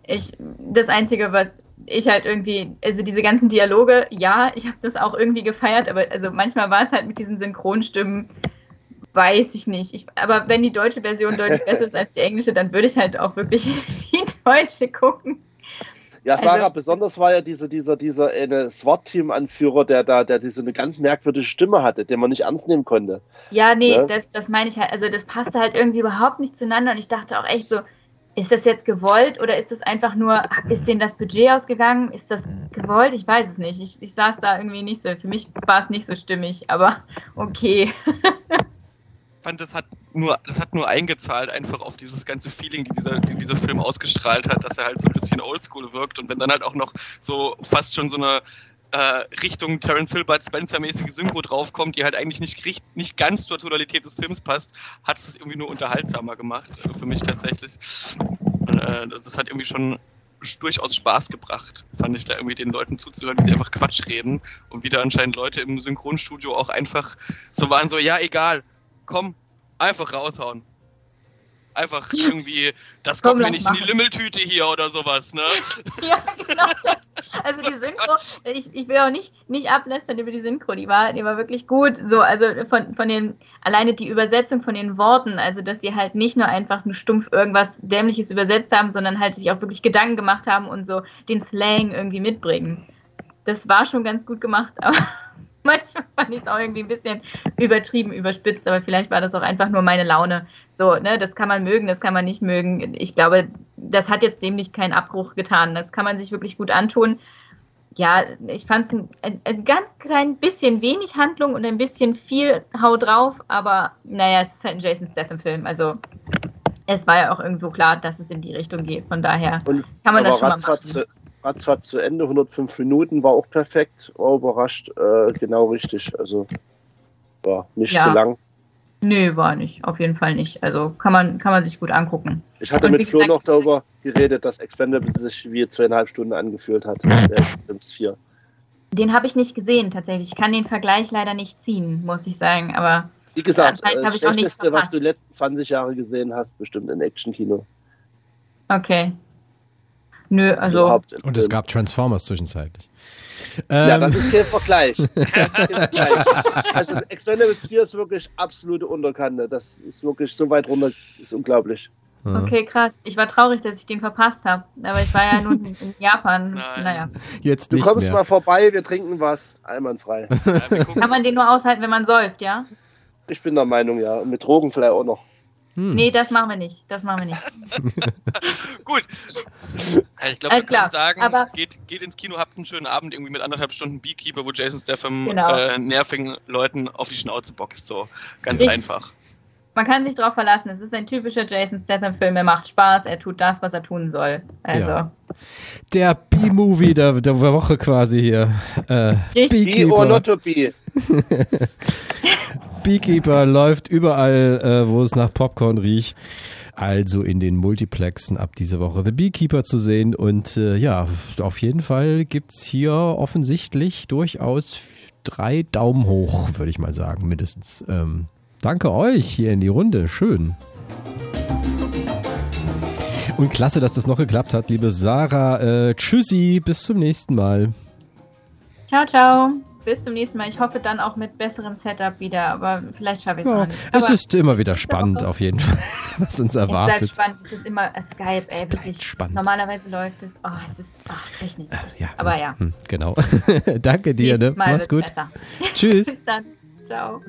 Ich, das Einzige, was ich halt irgendwie, also diese ganzen Dialoge, ja, ich habe das auch irgendwie gefeiert, aber also manchmal war es halt mit diesen Synchronstimmen, weiß ich nicht. Ich, aber wenn die deutsche Version deutlich besser ist als die englische, dann würde ich halt auch wirklich die deutsche gucken. Ja, Sarah, Also- besonders war ja dieser, dieser, dieser eine SWAT-Team-Anführer, der da, der diese eine ganz merkwürdige Stimme hatte, den man nicht ernst nehmen konnte. Ja, nee, Ja. das, das meine ich halt, also das passte halt irgendwie überhaupt nicht zueinander und ich dachte auch echt so, ist das jetzt gewollt oder ist das einfach nur, ist denen das Budget ausgegangen? Ist das gewollt? Ich weiß es nicht. Ich, ich saß da irgendwie nicht so, für mich war es nicht so stimmig, aber okay. Ich fand, das hat nur, das hat nur eingezahlt einfach auf dieses ganze Feeling, die dieser, die dieser Film ausgestrahlt hat, dass er halt so ein bisschen oldschool wirkt und wenn dann halt auch noch so fast schon so eine äh, Richtung Terence Hill, Bud Spencer-mäßige Synchro draufkommt, die halt eigentlich nicht, nicht ganz zur Tonalität des Films passt, hat es das irgendwie nur unterhaltsamer gemacht, also für mich tatsächlich. Und, äh, das hat irgendwie schon durchaus Spaß gebracht, fand ich da irgendwie den Leuten zuzuhören, wie sie einfach Quatsch reden und wieder anscheinend Leute im Synchronstudio auch einfach so waren, so ja egal, komm, einfach raushauen. Einfach irgendwie, das Komm, kommt mir lass nicht in die machen. Lümmeltüte hier oder sowas, ne? Ja, genau. Also die Synchro, ich, ich will auch nicht, nicht ablästern über die Synchro, die war, die war wirklich gut. So, also von, von den, alleine die Übersetzung von den Worten, also dass sie halt nicht nur einfach nur stumpf irgendwas Dämliches übersetzt haben, sondern halt sich auch wirklich Gedanken gemacht haben und so den Slang irgendwie mitbringen. Das war schon ganz gut gemacht, aber manchmal fand ich es auch irgendwie ein bisschen übertrieben, überspitzt, aber vielleicht war das auch einfach nur meine Laune. So, ne, das kann man mögen, das kann man nicht mögen. Ich glaube, das hat jetzt dem nicht keinen Abbruch getan. Das kann man sich wirklich gut antun. Ja, ich fand es ein, ein, ein ganz klein bisschen wenig Handlung und ein bisschen viel Hau drauf, aber naja, es ist halt ein Jason Statham-Film. Also es war ja auch irgendwo klar, dass es in die Richtung geht. Von daher Und kann man das aber schon mal ratzfatz machen. zu, ratzfatz zu Ende, hundertfünf Minuten, war auch perfekt, war überrascht, äh, genau richtig. Also war nicht Ja. zu lang. Nö, war nicht. Auf jeden Fall nicht. Also kann man, kann man sich gut angucken. Ich hatte Und mit wie Flo gesagt- noch darüber geredet, dass Expendables sich wie zweieinhalb Stunden angefühlt hat. Der Films vier. Den habe ich nicht gesehen, tatsächlich. Ich kann den Vergleich leider nicht ziehen, muss ich sagen. Aber Wie gesagt, Anscheinend äh, habe das ich auch nichts Schlechteste, was verpasst. du die letzten zwanzig Jahre gesehen hast, bestimmt in Action-Kino. okay. Nö, also. Überhaupt im Und es Film. gab Transformers zwischenzeitlich. Ja, Ähm, das ist kein Vergleich. Das ist kein Vergleich. Also Expendables vier ist wirklich absolute Unterkante. Das ist wirklich so weit runter, das ist unglaublich. Okay, krass. Ich war traurig, dass ich den verpasst habe. Aber ich war ja nun in, in Japan. Nein. Naja. jetzt Du nicht kommst mehr. mal vorbei, wir trinken was. Einwandfrei. Ja, wir gucken. Kann man den nur aushalten, wenn man säuft, ja? Ich bin der Meinung, ja. Und mit Drogen vielleicht auch noch. Hm. Nee, das machen wir nicht. Das machen wir nicht. Gut. Ja, ich glaube, wir Alles klar, können sagen, aber- geht, geht ins Kino, habt einen schönen Abend irgendwie mit anderthalb Stunden Beekeeper, wo Jason Statham Genau. äh, nervigen Leuten auf die Schnauze boxt. So, ganz Richtig. einfach. Man kann sich drauf verlassen. Es ist ein typischer Jason Statham-Film. Er macht Spaß. Er tut das, was er tun soll. Also. Ja. Der B-Movie der, der Woche quasi hier. Äh, Richtig. Be or Beekeeper. not to be. Beekeeper läuft überall, äh, wo es nach Popcorn riecht. Also in den Multiplexen ab dieser Woche The Beekeeper zu sehen. Und äh, ja, auf jeden Fall gibt's hier offensichtlich durchaus drei Daumen hoch, würde ich mal sagen, mindestens. Ähm, danke euch hier in die Runde. Schön. Und klasse, dass das noch geklappt hat, liebe Sarah. Äh, tschüssi, bis zum nächsten Mal. Ciao, ciao. Bis zum nächsten Mal. Ich hoffe dann auch mit besserem Setup wieder, aber vielleicht schaffe ich es Ja, noch nicht. es Aber ist immer wieder spannend, auf jeden Fall, was uns es bleibt erwartet. spannend. Es ist immer äh, Skype, ey, bleibt wirklich. spannend. Normalerweise läuft es. Oh, es ist ach, Technik. Ja, aber ja. hm, genau. Danke dir, ne? Nächstes Mal Mach's wird's gut. besser. Tschüss. Bis dann. Ciao.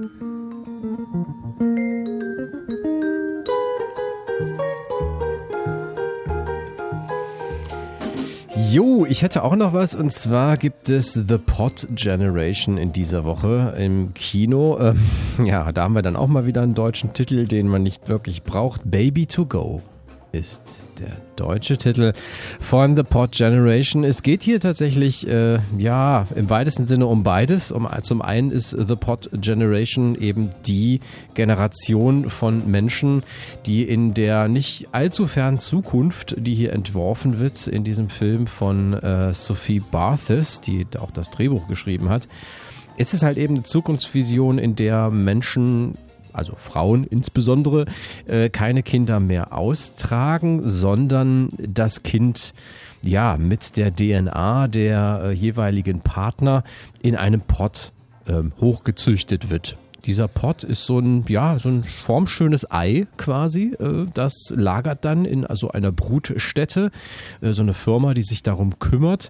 Jo, ich hätte auch noch was, und zwar gibt es The Pod Generation in dieser Woche im Kino. Ähm, ja, da haben wir dann auch mal wieder einen deutschen Titel, den man nicht wirklich braucht. Baby to Go ist der deutsche Titel von The Pod Generation. Es geht hier tatsächlich, äh, ja, im weitesten Sinne um beides. Um, zum einen ist The Pod Generation eben die Generation von Menschen, die in der nicht allzu fernen Zukunft, die hier entworfen wird, in diesem Film von äh, Sophie Barthes, die auch das Drehbuch geschrieben hat, ist es halt eben eine Zukunftsvision, in der Menschen also Frauen insbesondere, äh, keine Kinder mehr austragen, sondern das Kind ja mit der D N A der äh, jeweiligen Partner in einem Pott äh, hochgezüchtet wird. Dieser Pott ist so ein, ja, so ein formschönes Ei quasi. Äh, das lagert dann in so einer Brutstätte, äh, so eine Firma, die sich darum kümmert.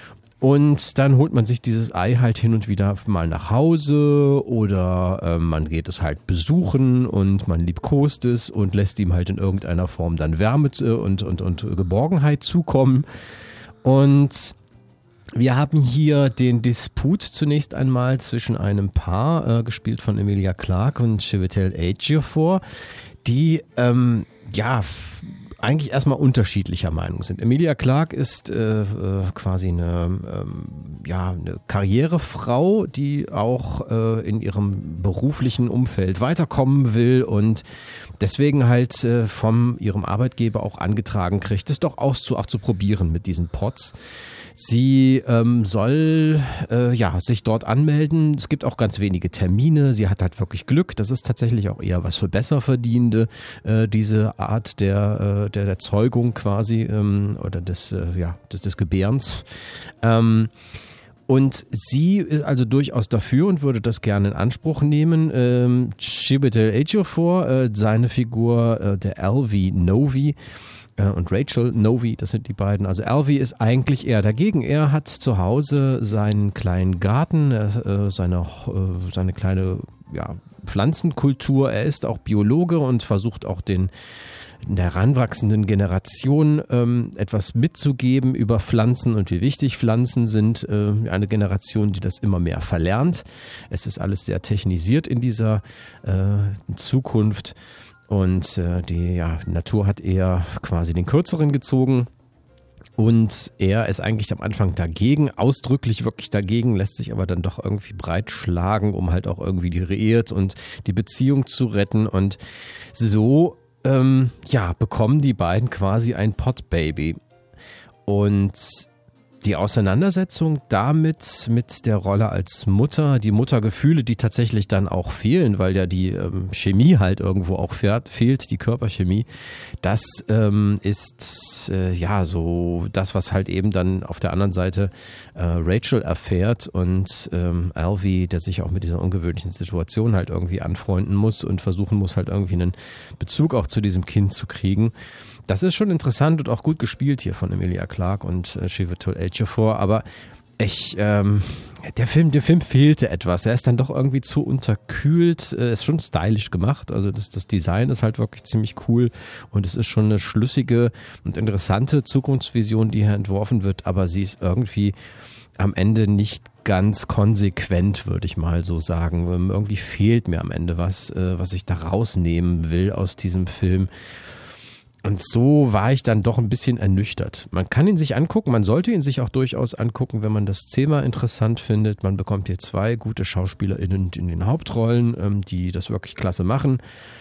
Und dann holt man sich dieses Ei halt hin und wieder mal nach Hause oder äh, man geht es halt besuchen und man liebkost es und lässt ihm halt in irgendeiner Form dann Wärme und, und, und Geborgenheit zukommen. Und wir haben hier den Disput zunächst einmal zwischen einem Paar, äh, gespielt von Emilia Clarke und Chiwetel Ejiofor, die ähm, ja f- eigentlich erstmal unterschiedlicher Meinung sind. Emilia Clarke ist äh, äh, quasi eine, ähm, ja, eine Karrierefrau, die auch äh, in ihrem beruflichen Umfeld weiterkommen will und deswegen halt äh, von ihrem Arbeitgeber auch angetragen kriegt, es doch auch zu, auch zu probieren mit diesen Pots. Sie ähm, soll äh, ja sich dort anmelden. Es gibt auch ganz wenige Termine. Sie hat halt wirklich Glück. Das ist tatsächlich auch eher was für Besserverdienende, äh, diese Art der, äh, der Erzeugung quasi ähm, oder des, äh, ja, des, des Gebärens. Ähm, Und sie ist also durchaus dafür und würde das gerne in Anspruch nehmen. Ähm, Chiwetel Ejiofor, äh, seine Figur, äh, der Alvy Novi, und Rachel Novi, das sind die beiden. Also Alvy ist eigentlich eher dagegen. Er hat zu Hause seinen kleinen Garten, äh, seine, äh, seine kleine ja, Pflanzenkultur. Er ist auch Biologe und versucht auch den in der heranwachsenden Generation ähm, etwas mitzugeben über Pflanzen und wie wichtig Pflanzen sind. Äh, eine Generation, die das immer mehr verlernt. Es ist alles sehr technisiert in dieser äh, Zukunft. Und äh, die ja, Natur hat eher quasi den Kürzeren gezogen und er ist eigentlich am Anfang dagegen, ausdrücklich wirklich dagegen, lässt sich aber dann doch irgendwie breitschlagen, um halt auch irgendwie die Ehe und die Beziehung zu retten und so ähm, ja, bekommen die beiden quasi ein Pot-Baby und die Auseinandersetzung damit, mit der Rolle als Mutter, die Muttergefühle, die tatsächlich dann auch fehlen, weil ja die ähm, Chemie halt irgendwo auch fährt, fehlt, die Körperchemie, das ähm, ist äh, ja so das, was halt eben dann auf der anderen Seite äh, Rachel erfährt und ähm, Alvy, der sich auch mit dieser ungewöhnlichen Situation halt irgendwie anfreunden muss und versuchen muss halt irgendwie einen Bezug auch zu diesem Kind zu kriegen. Das ist schon interessant und auch gut gespielt hier von Emilia Clarke und äh, Chiwetel Ejiofor, aber ich, ähm, der Film, der Film fehlte etwas. Er ist dann doch irgendwie zu unterkühlt. Er ist schon stylisch gemacht. Also das, das Design ist halt wirklich ziemlich cool und es ist schon eine schlüssige und interessante Zukunftsvision, die hier entworfen wird, aber sie ist irgendwie am Ende nicht ganz konsequent, würde ich mal so sagen. Irgendwie fehlt mir am Ende was, äh, was ich da rausnehmen will aus diesem Film. Und so war ich dann doch ein bisschen ernüchtert. Man kann ihn sich angucken, man sollte ihn sich auch durchaus angucken, wenn man das Thema interessant findet. Man bekommt hier zwei gute SchauspielerInnen in den Hauptrollen, ähm, die das wirklich klasse machen.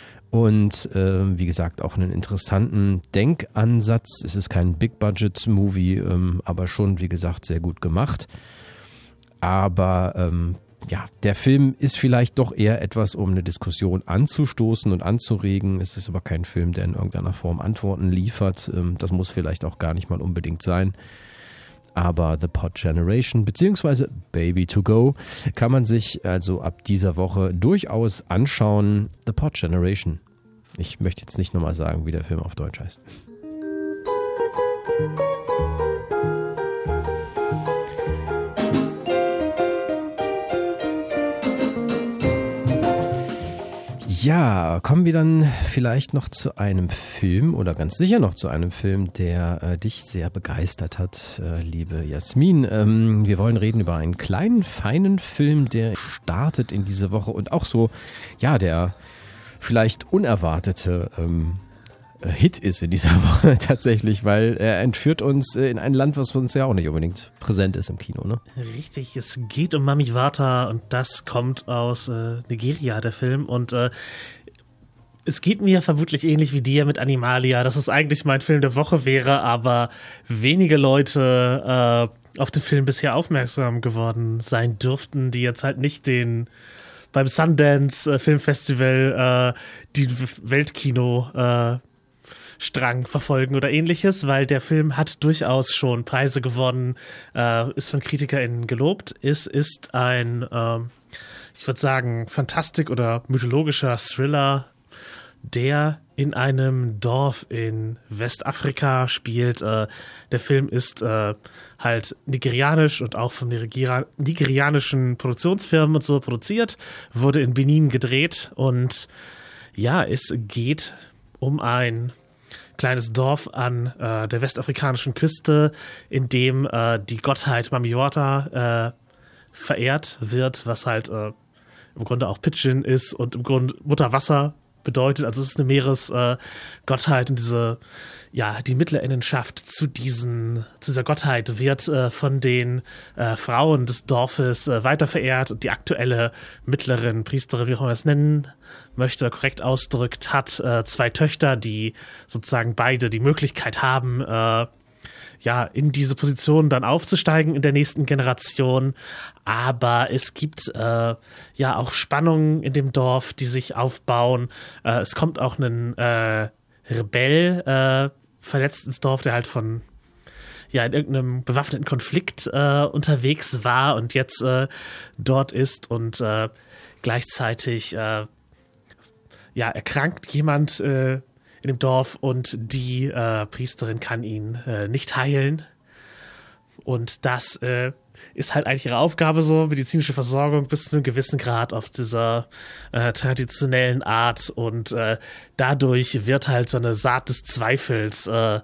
Und äh, wie gesagt, auch einen interessanten Denkansatz. Es ist kein Big-Budget-Movie, ähm, aber schon, wie gesagt, sehr gut gemacht. Aber ähm, ja, der Film ist vielleicht doch eher etwas, um eine Diskussion anzustoßen und anzuregen. Es ist aber kein Film, der in irgendeiner Form Antworten liefert. Das muss vielleicht auch gar nicht mal unbedingt sein. Aber The Pot Generation bzw. Baby to Go kann man sich also ab dieser Woche durchaus anschauen. The Pot Generation. Ich möchte jetzt nicht nochmal sagen, wie der Film auf Deutsch heißt. Ja, kommen wir dann vielleicht noch zu einem Film oder ganz sicher noch zu einem Film, der äh, dich sehr begeistert hat, äh, liebe Jasmin. Ähm, wir wollen reden über einen kleinen, feinen Film, der startet in dieser Woche und auch so, ja, der vielleicht unerwartete ähm, Hit ist in dieser Woche tatsächlich, weil er entführt uns in ein Land, was uns ja auch nicht unbedingt präsent ist im Kino, ne? Richtig, es geht um Mami Wata und das kommt aus äh, Nigeria, der Film. Und äh, es geht mir vermutlich ähnlich wie dir mit Animalia, dass es eigentlich mein Film der Woche wäre, aber wenige Leute äh, auf den Film bisher aufmerksam geworden sein dürften, die jetzt halt nicht den beim Sundance äh, Filmfestival äh, die Weltkino äh, Strang verfolgen oder ähnliches, weil der Film hat durchaus schon Preise gewonnen, äh, ist von KritikerInnen gelobt. Es ist ein, ähm, ich würde sagen, Fantastik- oder mythologischer Thriller, der in einem Dorf in Westafrika spielt. Äh, der Film ist äh, halt nigerianisch und auch von Nigeria- nigerianischen Produktionsfirmen und so produziert, wurde in Benin gedreht und ja, es geht um ein kleines Dorf an äh, der westafrikanischen Küste, in dem äh, die Gottheit Mamiwata äh, verehrt wird, was halt äh, im Grunde auch Pidgin ist und im Grunde Mutterwasser bedeutet. Also es ist eine Meeresgottheit äh, und diese, ja, die Mittlerinnenschaft zu diesen, zu dieser Gottheit wird äh, von den äh, Frauen des Dorfes äh, weiter verehrt und die aktuelle mittleren Priesterin, wie auch immer man es nennen möchte, korrekt ausdrückt, hat äh, zwei Töchter, die sozusagen beide die Möglichkeit haben, äh, ja, in diese Position dann aufzusteigen in der nächsten Generation. Aber es gibt äh, ja auch Spannungen in dem Dorf, die sich aufbauen. Äh, es kommt auch ein äh, Rebell äh, verletzt ins Dorf, der halt von ja in irgendeinem bewaffneten Konflikt äh, unterwegs war und jetzt äh, dort ist und äh, gleichzeitig äh, ja erkrankt jemand äh, in dem Dorf und die äh, Priesterin kann ihn äh, nicht heilen. Und das äh, ist halt eigentlich ihre Aufgabe, so medizinische Versorgung bis zu einem gewissen Grad auf dieser äh, traditionellen Art. Und äh, dadurch wird halt so eine Saat des Zweifels äh,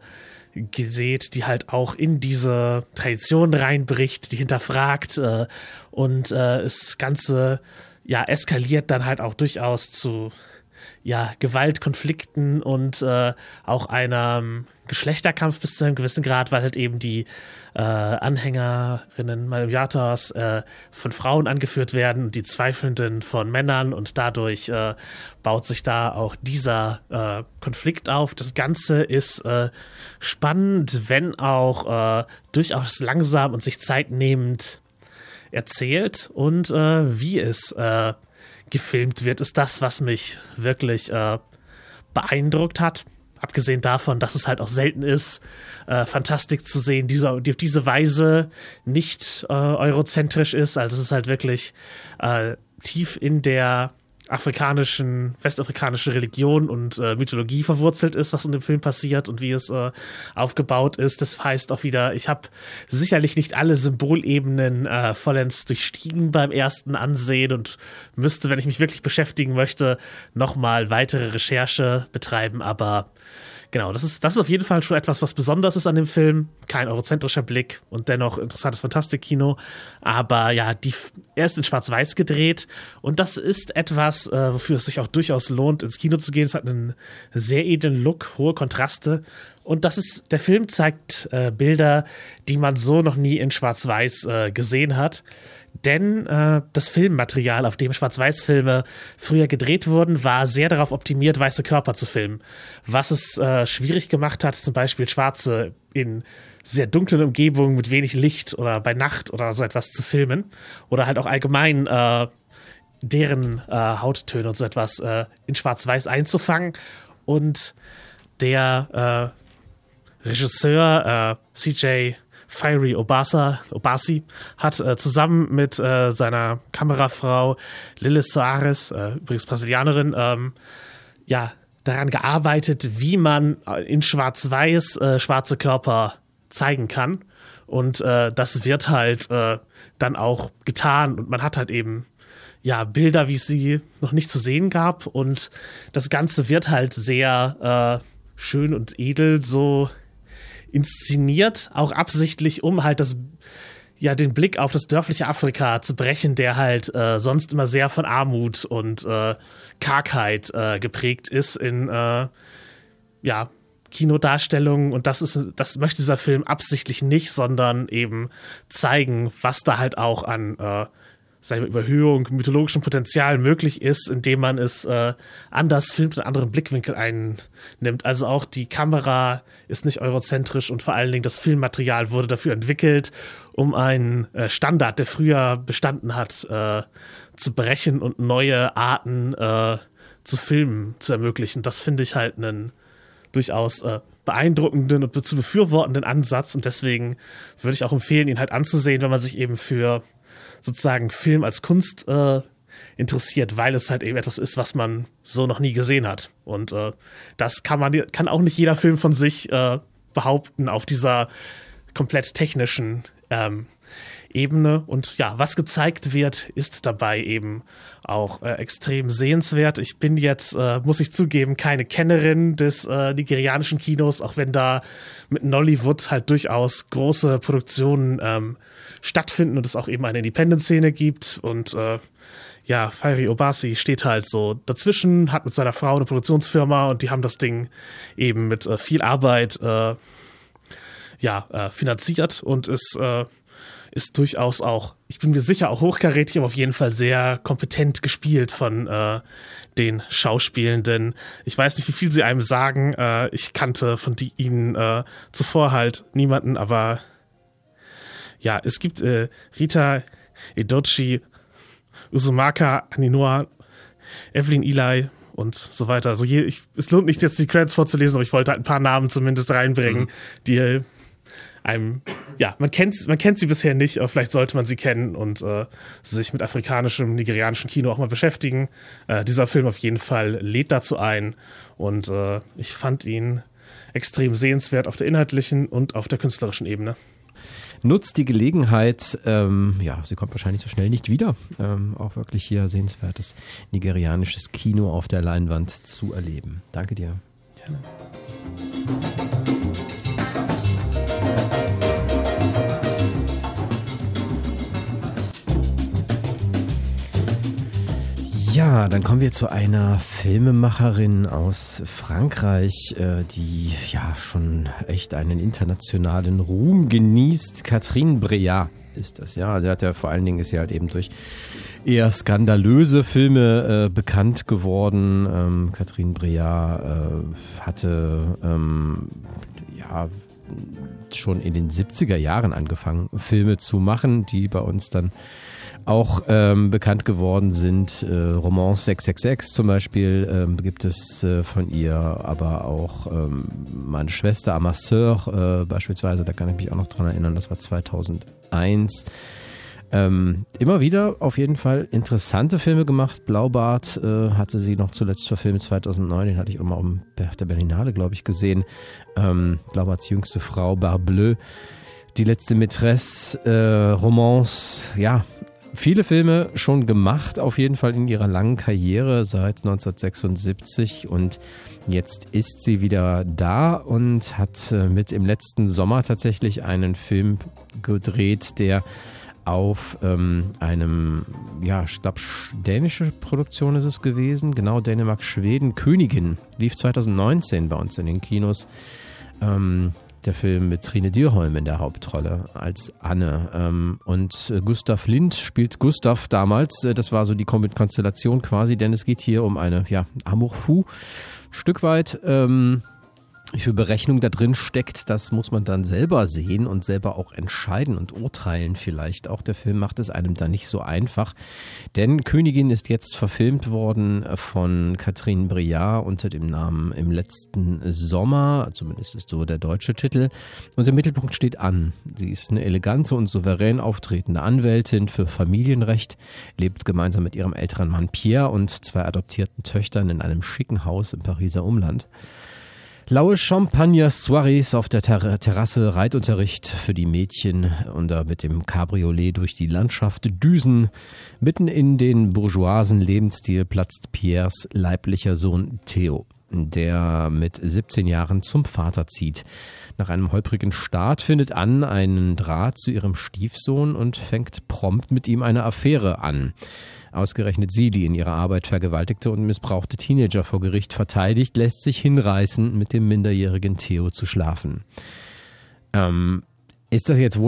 gesät, die halt auch in diese Tradition reinbricht, die hinterfragt. Äh, und äh, das Ganze ja eskaliert dann halt auch durchaus zu ja, Gewaltkonflikten und äh, auch einem Geschlechterkampf bis zu einem gewissen Grad, weil halt eben die äh, Anhängerinnen Mamiwatas äh, von Frauen angeführt werden und die Zweifelnden von Männern und dadurch äh, baut sich da auch dieser äh, Konflikt auf. Das Ganze ist äh, spannend, wenn auch äh, durchaus langsam und sich Zeit nehmend erzählt und äh, wie es äh, gefilmt wird, ist das, was mich wirklich äh, beeindruckt hat. Abgesehen davon, dass es halt auch selten ist, äh, Fantastik zu sehen, die, die auf diese Weise nicht äh, eurozentrisch ist. Also es ist halt wirklich äh, tief in der afrikanischen, westafrikanischen Religion und äh, Mythologie verwurzelt ist, was in dem Film passiert und wie es äh, aufgebaut ist. Das heißt auch wieder, ich habe sicherlich nicht alle Symbolebenen äh, vollends durchstiegen beim ersten Ansehen und müsste, wenn ich mich wirklich beschäftigen möchte, nochmal weitere Recherche betreiben, aber genau, das ist, das ist auf jeden Fall schon etwas, was besonders ist an dem Film. Kein eurozentrischer Blick und dennoch interessantes Fantastikkino. Aber ja, die, er ist in Schwarz-Weiß gedreht und das ist etwas, äh, wofür es sich auch durchaus lohnt, ins Kino zu gehen. Es hat einen sehr edlen Look, hohe Kontraste. Und das ist, der Film zeigt äh, Bilder, die man so noch nie in Schwarz-Weiß äh, gesehen hat. Denn äh, das Filmmaterial, auf dem Schwarz-Weiß-Filme früher gedreht wurden, war sehr darauf optimiert, weiße Körper zu filmen. Was es äh, schwierig gemacht hat, zum Beispiel Schwarze in sehr dunklen Umgebungen mit wenig Licht oder bei Nacht oder so etwas zu filmen. Oder halt auch allgemein äh, deren äh, Hauttöne und so etwas äh, in Schwarz-Weiß einzufangen. Und der äh, Regisseur äh, C J Fiery Obasa, Obasi hat äh, zusammen mit äh, seiner Kamerafrau Lilith Soares, äh, übrigens Brasilianerin, ähm, ja, daran gearbeitet, wie man in Schwarz-Weiß äh, schwarze Körper zeigen kann. Und äh, das wird halt äh, dann auch getan. Und man hat halt eben ja Bilder, wie es sie noch nicht zu sehen gab. Und das Ganze wird halt sehr äh, schön und edel so inszeniert, auch absichtlich, um halt das, ja, den Blick auf das dörfliche Afrika zu brechen, der halt äh, sonst immer sehr von Armut und äh, Kargheit äh, geprägt ist in äh, ja, Kinodarstellungen. Und das ist, das möchte dieser Film absichtlich nicht, sondern eben zeigen, was da halt auch an äh, seine Überhöhung, mythologischem Potenzial möglich ist, indem man es äh, anders filmt und einen anderen Blickwinkel einnimmt. Also auch die Kamera ist nicht eurozentrisch und vor allen Dingen das Filmmaterial wurde dafür entwickelt, um einen äh, Standard, der früher bestanden hat, äh, zu brechen und neue Arten äh, zu filmen zu ermöglichen. Das finde ich halt einen durchaus äh, beeindruckenden und zu befürwortenden Ansatz und deswegen würde ich auch empfehlen, ihn halt anzusehen, wenn man sich eben für sozusagen Film als Kunst äh, interessiert, weil es halt eben etwas ist, was man so noch nie gesehen hat. Und äh, das kann man kann auch nicht jeder Film von sich äh, behaupten auf dieser komplett technischen ähm, Ebene. Und ja, was gezeigt wird, ist dabei eben auch äh, extrem sehenswert. Ich bin jetzt, äh, muss ich zugeben, keine Kennerin des äh, nigerianischen Kinos, auch wenn da mit Nollywood halt durchaus große Produktionen ähm, stattfinden und es auch eben eine Independent-Szene gibt. Und äh, ja, Fiery Obasi steht halt so dazwischen, hat mit seiner Frau eine Produktionsfirma und die haben das Ding eben mit äh, viel Arbeit äh, ja, äh, finanziert und ist äh, ist durchaus auch, ich bin mir sicher, auch hochkarätig, aber auf jeden Fall sehr kompetent gespielt von äh, den Schauspielenden. Ich weiß nicht, wie viel sie einem sagen. Äh, ich kannte von die, ihnen äh, zuvor halt niemanden, aber ja, es gibt äh, Rita Edochie, Uzumaka Aninoa, Evelyn Eli und so weiter. Also je, ich, es lohnt nicht, jetzt die Credits vorzulesen, aber ich wollte halt ein paar Namen zumindest reinbringen, mhm. die einem, ja, man kennt, man kennt sie bisher nicht, aber vielleicht sollte man sie kennen und äh, sich mit afrikanischem, nigerianischem Kino auch mal beschäftigen. Äh, dieser Film auf jeden Fall lädt dazu ein und äh, ich fand ihn extrem sehenswert auf der inhaltlichen und auf der künstlerischen Ebene. Nutzt die Gelegenheit, ähm, ja, sie kommt wahrscheinlich so schnell nicht wieder, ähm, auch wirklich hier sehenswertes nigerianisches Kino auf der Leinwand zu erleben. Danke dir. Gerne. Ja, dann kommen wir zu einer Filmemacherin aus Frankreich, äh, die ja schon echt einen internationalen Ruhm genießt. Catherine Breillat ist das, ja. Also sie hat ja vor allen Dingen ist sie halt eben durch eher skandalöse Filme äh, bekannt geworden. Ähm, Catherine Breillat äh, hatte ähm, ja schon in den siebziger Jahren angefangen, Filme zu machen, die bei uns dann auch ähm, bekannt geworden sind. Äh, Romance sechs sechs sechs zum Beispiel ähm, gibt es äh, von ihr, aber auch ähm, meine Schwester Amasseur äh, beispielsweise, da kann ich mich auch noch dran erinnern, das war zweitausendeins. Ähm, immer wieder auf jeden Fall interessante Filme gemacht. Blaubart äh, hatte sie noch zuletzt verfilmt, zweitausendneun, den hatte ich auch mal auf der Berlinale, glaube ich, gesehen. Ähm, Blaubarts jüngste Frau, Barbleu, Die letzte Mätresse, äh, Romance, ja, viele Filme schon gemacht, auf jeden Fall in ihrer langen Karriere seit neunzehnhundertsechsundsiebzig und jetzt ist sie wieder da und hat mit im letzten Sommer tatsächlich einen Film gedreht, der auf ähm, einem, ja, ich glaube, dänische Produktion ist es gewesen, genau, Dänemark, Schweden, Königin, lief zweitausendneunzehn bei uns in den Kinos. Ähm, Der Film mit Trine Dyrholm in der Hauptrolle als Anne. Ähm, und äh, Gustav Lind spielt Gustav damals. Äh, das war so die Konstellation quasi, denn es geht hier um eine, ja, Amour fou, Stück weit. Ähm, wie viel Berechnung da drin steckt, das muss man dann selber sehen und selber auch entscheiden und urteilen vielleicht. Auch der Film macht es einem da nicht so einfach. Denn Königin ist jetzt verfilmt worden von Catherine Breillat unter dem Namen Im letzten Sommer. Zumindest ist so der deutsche Titel. Und im Mittelpunkt steht Anne. Sie ist eine elegante und souverän auftretende Anwältin für Familienrecht, lebt gemeinsam mit ihrem älteren Mann Pierre und zwei adoptierten Töchtern in einem schicken Haus im Pariser Umland. Laue Champagner-Soirees auf der Ter- Terrasse, Reitunterricht für die Mädchen und da mit dem Cabriolet durch die Landschaft düsen. Mitten in den bourgeoisen Lebensstil platzt Pierres leiblicher Sohn Theo, der mit siebzehn Jahren zum Vater zieht. Nach einem holprigen Start findet Anne einen Draht zu ihrem Stiefsohn und fängt prompt mit ihm eine Affäre an. Ausgerechnet sie, die in ihrer Arbeit vergewaltigte und missbrauchte Teenager vor Gericht verteidigt, lässt sich hinreißen, mit dem minderjährigen Theo zu schlafen. Ähm, ist das jetzt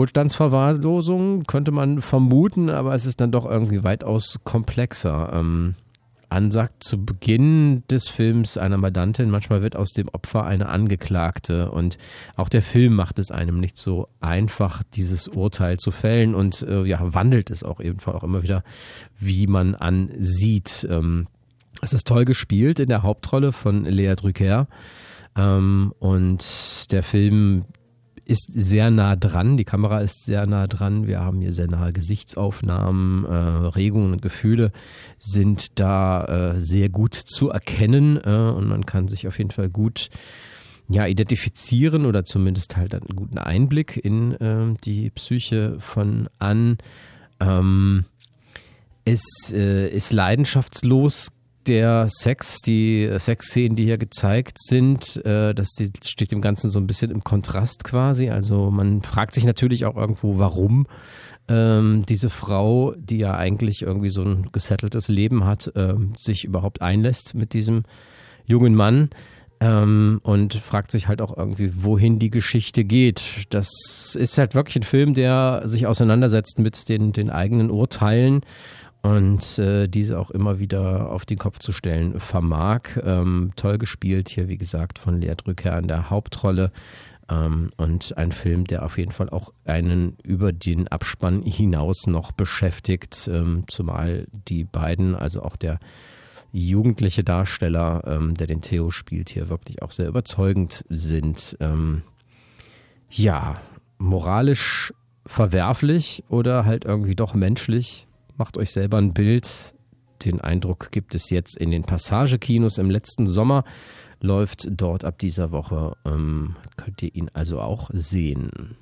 Wohlstandsverwahrlosung? Könnte man vermuten, aber es ist dann doch irgendwie weitaus komplexer. Ähm, ansagt zu Beginn des Films einer Mandantin, manchmal wird aus dem Opfer eine Angeklagte und auch der Film macht es einem nicht so einfach, dieses Urteil zu fällen und äh, ja, wandelt es auch ebenfalls auch immer wieder, wie man ansieht. Ähm, es ist toll gespielt in der Hauptrolle von Lea Drucker ähm, und der Film ist sehr nah dran, die Kamera ist sehr nah dran, wir haben hier sehr nahe Gesichtsaufnahmen, äh, Regungen und Gefühle sind da äh, sehr gut zu erkennen äh, und man kann sich auf jeden Fall gut ja, identifizieren oder zumindest halt einen guten Einblick in äh, die Psyche von Anne. Ähm, es äh, ist leidenschaftslos der Sex, die Sexszenen, die hier gezeigt sind, äh, das steht dem Ganzen so ein bisschen im Kontrast quasi. Also man fragt sich natürlich auch irgendwo, warum ähm, diese Frau, die ja eigentlich irgendwie so ein gesetteltes Leben hat, äh, sich überhaupt einlässt mit diesem jungen Mann ähm, und fragt sich halt auch irgendwie, wohin die Geschichte geht. Das ist halt wirklich ein Film, der sich auseinandersetzt mit den, den eigenen Urteilen und äh, diese auch immer wieder auf den Kopf zu stellen vermag. Ähm, toll gespielt hier, wie gesagt, von Lea Drucker in der Hauptrolle ähm, und ein Film, der auf jeden Fall auch einen über den Abspann hinaus noch beschäftigt, ähm, zumal die beiden, also auch der jugendliche Darsteller, ähm, der den Theo spielt, hier wirklich auch sehr überzeugend sind. Ähm, ja, moralisch verwerflich oder halt irgendwie doch menschlich. Macht euch selber ein Bild. Den Eindruck gibt es jetzt in den Passagekinos im letzten Sommer. Läuft dort ab dieser Woche. Ähm, könnt ihr ihn also auch sehen.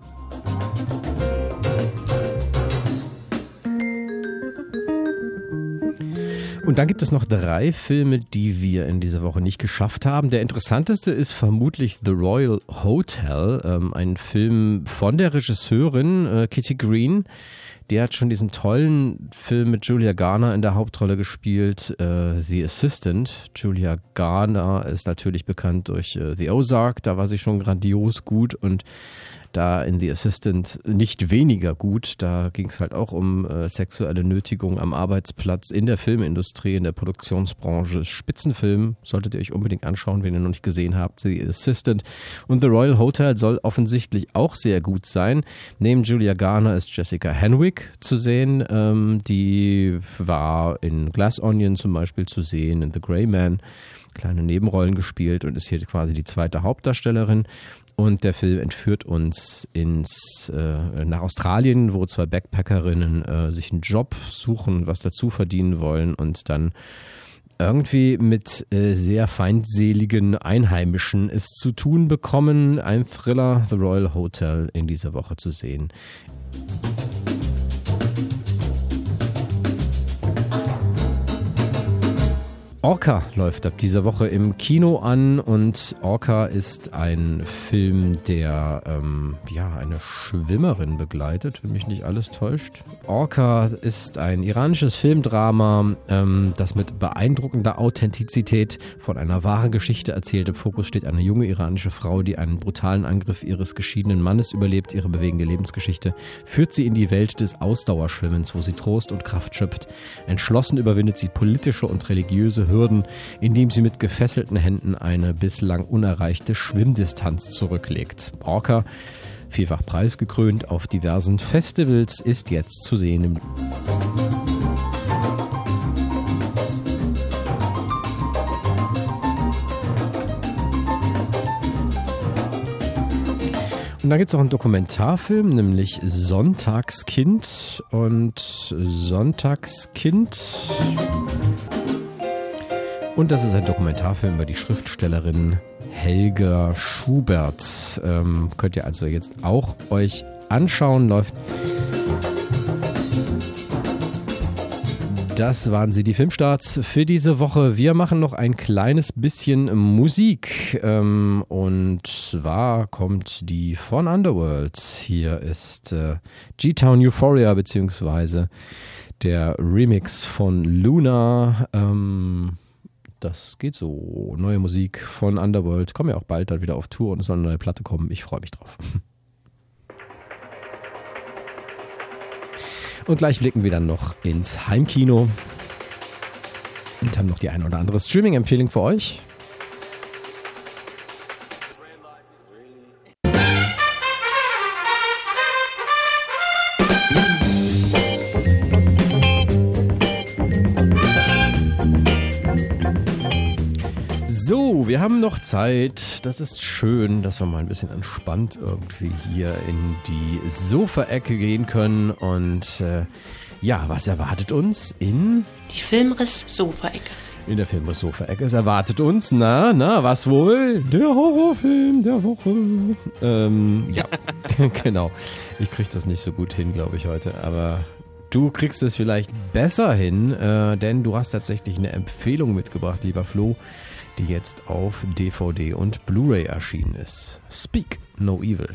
Und dann gibt es noch drei Filme, die wir in dieser Woche nicht geschafft haben. Der interessanteste ist vermutlich The Royal Hotel, ähm, ein Film von der Regisseurin äh, Kitty Green. Die hat schon diesen tollen Film mit Julia Garner in der Hauptrolle gespielt, äh, The Assistant. Julia Garner ist natürlich bekannt durch äh, The Ozark, da war sie schon grandios gut und da in The Assistant nicht weniger gut. Da ging es halt auch um äh, sexuelle Nötigung am Arbeitsplatz in der Filmindustrie, in der Produktionsbranche. Spitzenfilm, solltet ihr euch unbedingt anschauen, wenn ihr noch nicht gesehen habt. The Assistant. Und The Royal Hotel soll offensichtlich auch sehr gut sein. Neben Julia Garner ist Jessica Henwick zu sehen. Ähm, die war in Glass Onion zum Beispiel zu sehen, in The Grey Man. Kleine Nebenrollen gespielt und ist hier quasi die zweite Hauptdarstellerin. Und der Film entführt uns ins äh, nach Australien, wo zwei Backpackerinnen äh, sich einen Job suchen, was dazu verdienen wollen und dann irgendwie mit äh, sehr feindseligen Einheimischen es zu tun bekommen. Ein Thriller, The Royal Hotel, in dieser Woche zu sehen. Orca läuft ab dieser Woche im Kino an und Orca ist ein Film, der ähm, ja eine Schwimmerin begleitet, wenn mich nicht alles täuscht. Orca ist ein iranisches Filmdrama, ähm, das mit beeindruckender Authentizität von einer wahren Geschichte erzählt. Im Fokus steht eine junge iranische Frau, die einen brutalen Angriff ihres geschiedenen Mannes überlebt. Ihre bewegende Lebensgeschichte führt sie in die Welt des Ausdauerschwimmens, wo sie Trost und Kraft schöpft. Entschlossen überwindet sie politische und religiöse Hürden, indem sie mit gefesselten Händen eine bislang unerreichte Schwimmdistanz zurücklegt. Orca, vielfach preisgekrönt auf diversen Festivals, ist jetzt zu sehen im Und dann gibt es noch einen Dokumentarfilm, nämlich Sonntagskind. Und Sonntagskind. Und das ist ein Dokumentarfilm über die Schriftstellerin Helga Schubert. Ähm, könnt ihr also jetzt auch euch anschauen. Läuft. Das waren sie, die Filmstarts für diese Woche. Wir machen noch ein kleines bisschen Musik. Ähm, und zwar kommt die von Underworld. Hier ist äh, G-Town Euphoria, beziehungsweise der Remix von Luna. Ähm, Das geht so. Neue Musik von Underworld. Kommen ja auch bald dann wieder auf Tour und es soll eine neue Platte kommen. Ich freue mich drauf. Und gleich blicken wir dann noch ins Heimkino. und haben noch die eine oder andere Streaming-Empfehlung für euch. So, wir haben noch Zeit. Das ist schön, dass wir mal ein bisschen entspannt irgendwie hier in die Sofa-Ecke gehen können. Und äh, ja, was erwartet uns in... Die Filmriss-Sofa-Ecke. In der Filmriss-Sofa-Ecke. Es erwartet uns, na, na, was wohl? Der Horrorfilm der Woche. Ähm, ja, genau. Ich krieg das nicht so gut hin, glaube ich, heute. Aber du kriegst es vielleicht besser hin, äh, denn du hast tatsächlich eine Empfehlung mitgebracht, lieber Flo, die jetzt auf D V D und Blu-ray erschienen ist. Speak No Evil.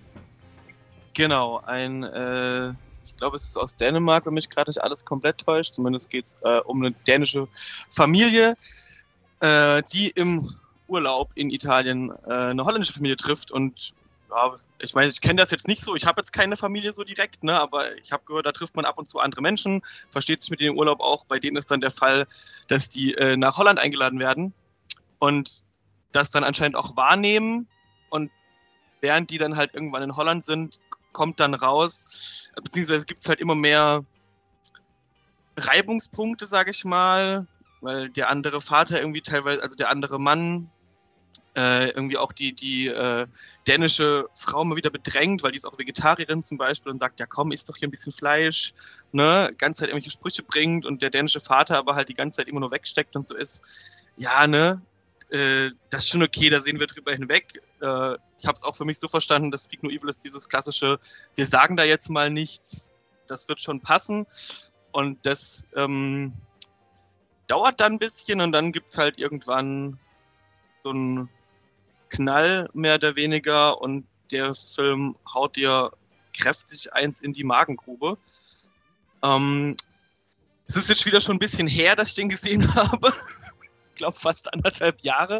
Genau, ein, äh, ich glaube, es ist aus Dänemark, wenn mich gerade nicht alles komplett täuscht. Zumindest geht es äh, um eine dänische Familie, äh, die im Urlaub in Italien äh, eine holländische Familie trifft. Und ja, ich meine, ich kenne das jetzt nicht so, ich habe jetzt keine Familie so direkt, ne, aber ich habe gehört, da trifft man ab und zu andere Menschen, versteht sich mit denen im Urlaub auch. Bei denen ist dann der Fall, dass die äh, nach Holland eingeladen werden. Und das dann anscheinend auch wahrnehmen. Und während die dann halt irgendwann in Holland sind, kommt dann raus, beziehungsweise gibt es halt immer mehr Reibungspunkte, sage ich mal, weil der andere Vater irgendwie teilweise, also der andere Mann, äh, irgendwie auch die, die äh, dänische Frau mal wieder bedrängt, weil die ist auch Vegetarierin zum Beispiel und sagt, ja komm, isst doch hier ein bisschen Fleisch, ne, ganze Zeit irgendwelche Sprüche bringt und der dänische Vater aber halt die ganze Zeit immer nur wegsteckt und so ist, ja, ne, das ist schon okay, da sehen wir drüber hinweg. Äh, ich habe es auch für mich so verstanden, dass Speak No Evil ist dieses klassische, wir sagen da jetzt mal nichts, das wird schon passen. Und das ähm, dauert dann ein bisschen und dann gibt es halt irgendwann so einen Knall, mehr oder weniger, und der Film haut dir kräftig eins in die Magengrube. Ähm, es ist jetzt wieder schon ein bisschen her, dass ich den gesehen habe. Ich glaube fast anderthalb Jahre,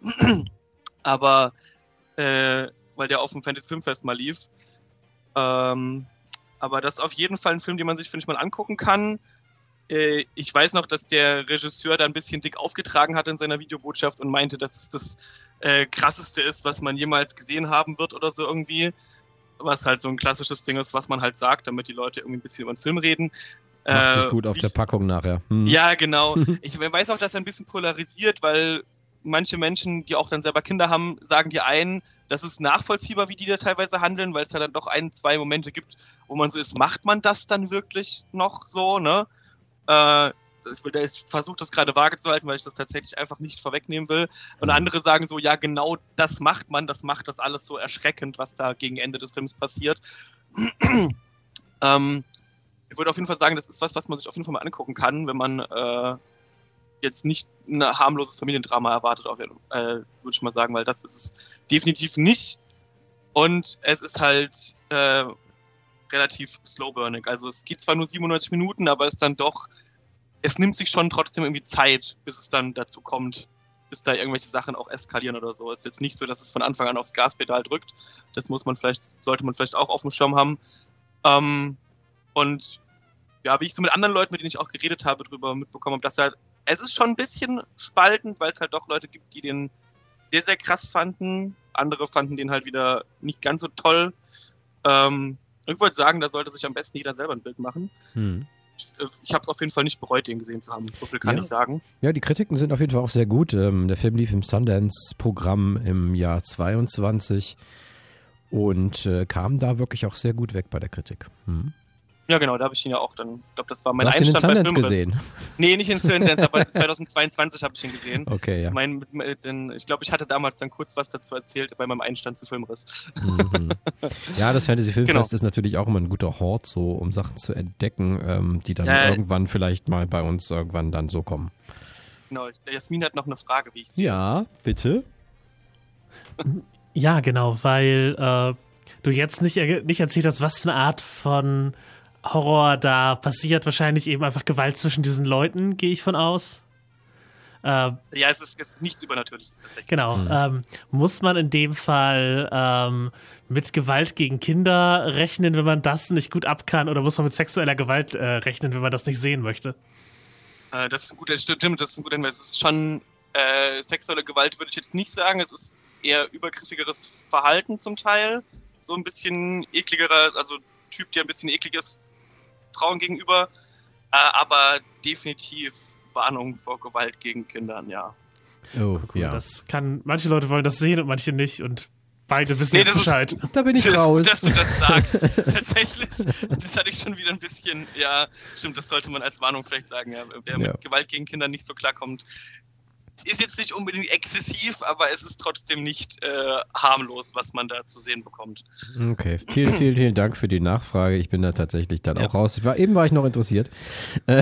aber äh, weil der auf dem Fantasy Filmfest mal lief. Ähm, aber das ist auf jeden Fall ein Film, den man sich, finde ich, mal angucken kann. Äh, ich weiß noch, dass der Regisseur da ein bisschen dick aufgetragen hat in seiner Videobotschaft und meinte, dass es das äh, krasseste ist, was man jemals gesehen haben wird oder so irgendwie. Was halt so ein klassisches Ding ist, was man halt sagt, damit die Leute irgendwie ein bisschen über den Film reden. Macht sich gut auf der Packung nachher. Hm. Ja, genau. Ich weiß auch, dass er ein bisschen polarisiert, weil manche Menschen, die auch dann selber Kinder haben, sagen die einen, das ist nachvollziehbar, wie die da teilweise handeln, weil es ja dann doch ein, zwei Momente gibt, wo man so ist, macht man das dann wirklich noch so, ne? Äh, ich, ich versuche das gerade vage zu halten, weil ich das tatsächlich einfach nicht vorwegnehmen will. Und andere sagen so, ja, genau das macht man, das macht das alles so erschreckend, was da gegen Ende des Films passiert. ähm, Ich würde auf jeden Fall sagen, das ist was, was man sich auf jeden Fall mal angucken kann, wenn man äh, jetzt nicht ein harmloses Familiendrama erwartet, äh, würde ich mal sagen, weil das ist es definitiv nicht. Und es ist halt äh, relativ slowburnig. Also es geht zwar nur siebenundneunzig Minuten, aber es dann doch, es nimmt sich schon trotzdem irgendwie Zeit, bis es dann dazu kommt, bis da irgendwelche Sachen auch eskalieren oder so. Es ist jetzt nicht so, dass es von Anfang an aufs Gaspedal drückt. Das muss man vielleicht, sollte man vielleicht auch auf dem Schirm haben. Ähm, Und ja, wie ich so mit anderen Leuten, mit denen ich auch geredet habe, drüber mitbekommen habe, dass halt, es ist schon ein bisschen spaltend, weil es halt doch Leute gibt, die den sehr, sehr krass fanden. Andere fanden den halt wieder nicht ganz so toll. Ähm, ich wollte sagen, da sollte sich am besten jeder selber ein Bild machen. Hm. Ich, ich habe es auf jeden Fall nicht bereut, den gesehen zu haben. So viel kann ja. ich sagen. Ja, die Kritiken sind auf jeden Fall auch sehr gut. Ähm, der Film lief im Sundance-Programm im Jahr zweiundzwanzig und äh, kam da wirklich auch sehr gut weg bei der Kritik. Hm. Ja, genau, da habe ich ihn ja auch dann, ich glaube, das war mein du hast Einstand ihn in bei Sundance Filmriss. gesehen? Nee, nicht in Sundance, aber zweitausendzweiundzwanzig habe ich ihn gesehen. Okay, ja. Mein, denn, ich glaube, ich hatte damals dann kurz was dazu erzählt bei meinem Einstand zu Filmriss. Mhm. Ja, das Fantasy Filmfest Genau. ist natürlich auch immer ein guter Hort, so um Sachen zu entdecken, ähm, die dann Ja. irgendwann vielleicht mal bei uns irgendwann dann so kommen. Genau, Jasmin hat noch eine Frage, wie ich sehe. Ja, bitte? Ja, genau, weil äh, du jetzt nicht, nicht erzählt hast, was für eine Art von Horror da passiert. Wahrscheinlich eben einfach Gewalt zwischen diesen Leuten, gehe ich von aus. Äh, Ja, es ist, es ist nichts Übernatürliches tatsächlich. genau. Mhm. Ähm, muss man in dem Fall ähm, mit Gewalt gegen Kinder rechnen, wenn man das nicht gut ab kann, oder muss man mit sexueller Gewalt äh, rechnen, wenn man das nicht sehen möchte? Äh, das ist ein guter, stimmt, das ist ein guter Hinweis. Es ist schon äh, sexuelle Gewalt, würde ich jetzt nicht sagen. Es ist eher übergriffigeres Verhalten zum Teil. So ein bisschen ekligerer, also Typ, der ein bisschen eklig ist Frauen gegenüber. Äh, aber definitiv Warnung vor Gewalt gegen Kindern, ja. Oh, Cool, ja. das kann, manche Leute wollen das sehen und manche nicht und beide wissen Nee, jetzt das ist- Bescheid. Da bin ich Das ist raus. gut, dass du das sagst. Tatsächlich, das hatte ich schon wieder ein bisschen, ja, stimmt, das sollte man als Warnung vielleicht sagen, ja. Wer mit Ja. Gewalt gegen Kinder nicht so klarkommt, ist jetzt nicht unbedingt exzessiv, aber es ist trotzdem nicht äh, harmlos, was man da zu sehen bekommt. Okay, vielen, vielen, vielen Dank für die Nachfrage. Ich bin da tatsächlich dann Ja. auch raus. Ich war, eben war ich noch interessiert. Äh,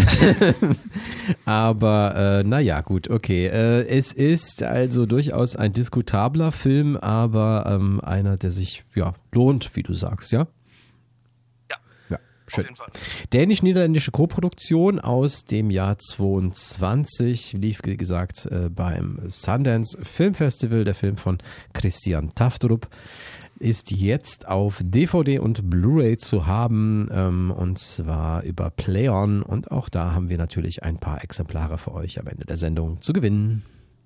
Aber äh, naja, gut, okay. Äh, es ist also durchaus ein diskutabler Film, aber ähm, einer, der sich ja lohnt, wie du sagst, ja? Ja. Ja, Auf schön. jeden Fall. Dänisch-niederländische Koproduktion aus dem Jahr zweiundzwanzig, lief wie gesagt äh, beim Sundance Film Festival, der Film von Christian Taftrup, ist jetzt auf D V D und Blu-ray zu haben, ähm, und zwar über Play-On, und auch da haben wir natürlich ein paar Exemplare für euch am Ende der Sendung zu gewinnen.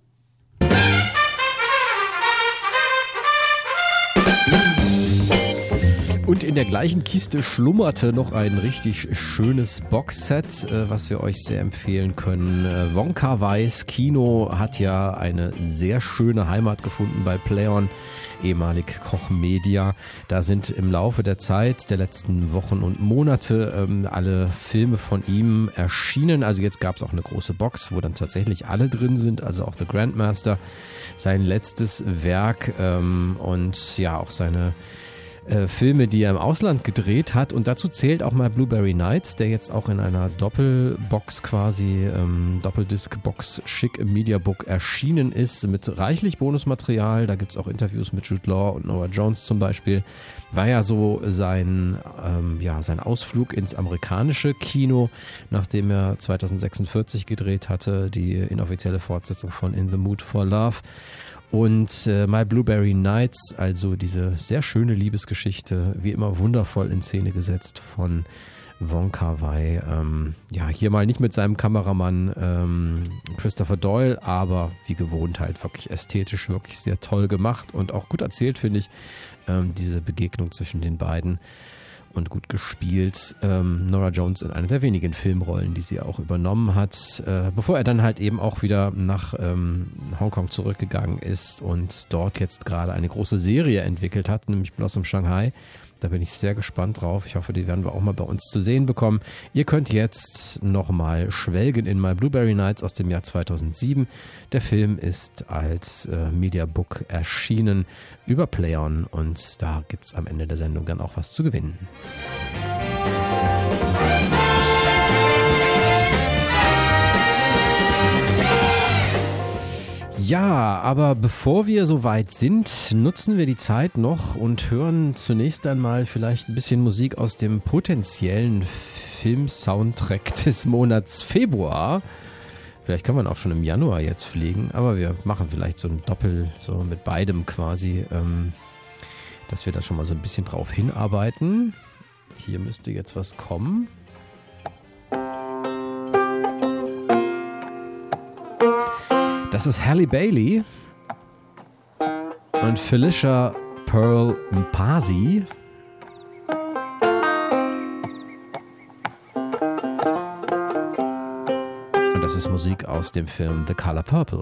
Und in der gleichen Kiste schlummerte noch ein richtig schönes Boxset, äh, was wir euch sehr empfehlen können. Äh, Wonka Wai Kino hat ja eine sehr schöne Heimat gefunden bei Play-On, ehemalig Koch Media. Da sind im Laufe der Zeit, der letzten Wochen und Monate, ähm, alle Filme von ihm erschienen. Also jetzt gab es auch eine große Box, wo dann tatsächlich alle drin sind, also auch The Grandmaster, sein letztes Werk, ähm, und ja auch seine Äh, Filme, die er im Ausland gedreht hat, und dazu zählt auch mal Blueberry Nights, der jetzt auch in einer Doppelbox quasi, ähm, Doppeldisc-Box schick im Mediabook erschienen ist, mit reichlich Bonusmaterial. Da gibt es auch Interviews mit Jude Law und Nora Jones zum Beispiel. War ja so sein, ähm, ja, sein Ausflug ins amerikanische Kino, nachdem er zweitausendsechsundvierzig gedreht hatte, die inoffizielle Fortsetzung von In the Mood for Love. Und äh, My Blueberry Nights, also diese sehr schöne Liebesgeschichte, wie immer wundervoll in Szene gesetzt von Wong Kar-wai. Ähm, ja, hier mal nicht mit seinem Kameramann ähm, Christopher Doyle, aber wie gewohnt halt wirklich ästhetisch, wirklich sehr toll gemacht und auch gut erzählt, finde ich, ähm, diese Begegnung zwischen den beiden. Und gut gespielt. Ähm, Nora Jones in einer der wenigen Filmrollen, die sie auch übernommen hat, äh, bevor er dann halt eben auch wieder nach ähm, Hongkong zurückgegangen ist und dort jetzt gerade eine große Serie entwickelt hat, nämlich Blossom Shanghai. Da bin ich sehr gespannt drauf. Ich hoffe, die werden wir auch mal bei uns zu sehen bekommen. Ihr könnt jetzt nochmal schwelgen in My Blueberry Nights aus dem Jahr zweitausendsieben. Der Film ist als äh, Mediabook erschienen über Play-On, und da gibt es am Ende der Sendung dann auch was zu gewinnen. Ja, aber bevor wir so weit sind, nutzen wir die Zeit noch und hören zunächst einmal vielleicht ein bisschen Musik aus dem potenziellen Film-Soundtrack des Monats Februar. Vielleicht kann man auch schon im Januar jetzt fliegen, aber wir machen vielleicht so ein Doppel, so mit beidem quasi, ähm, dass wir da schon mal so ein bisschen drauf hinarbeiten. Hier müsste jetzt was kommen. Das ist Halle Bailey und Felicia Pearl Mpasi. Und das ist Musik aus dem Film The Color Purple.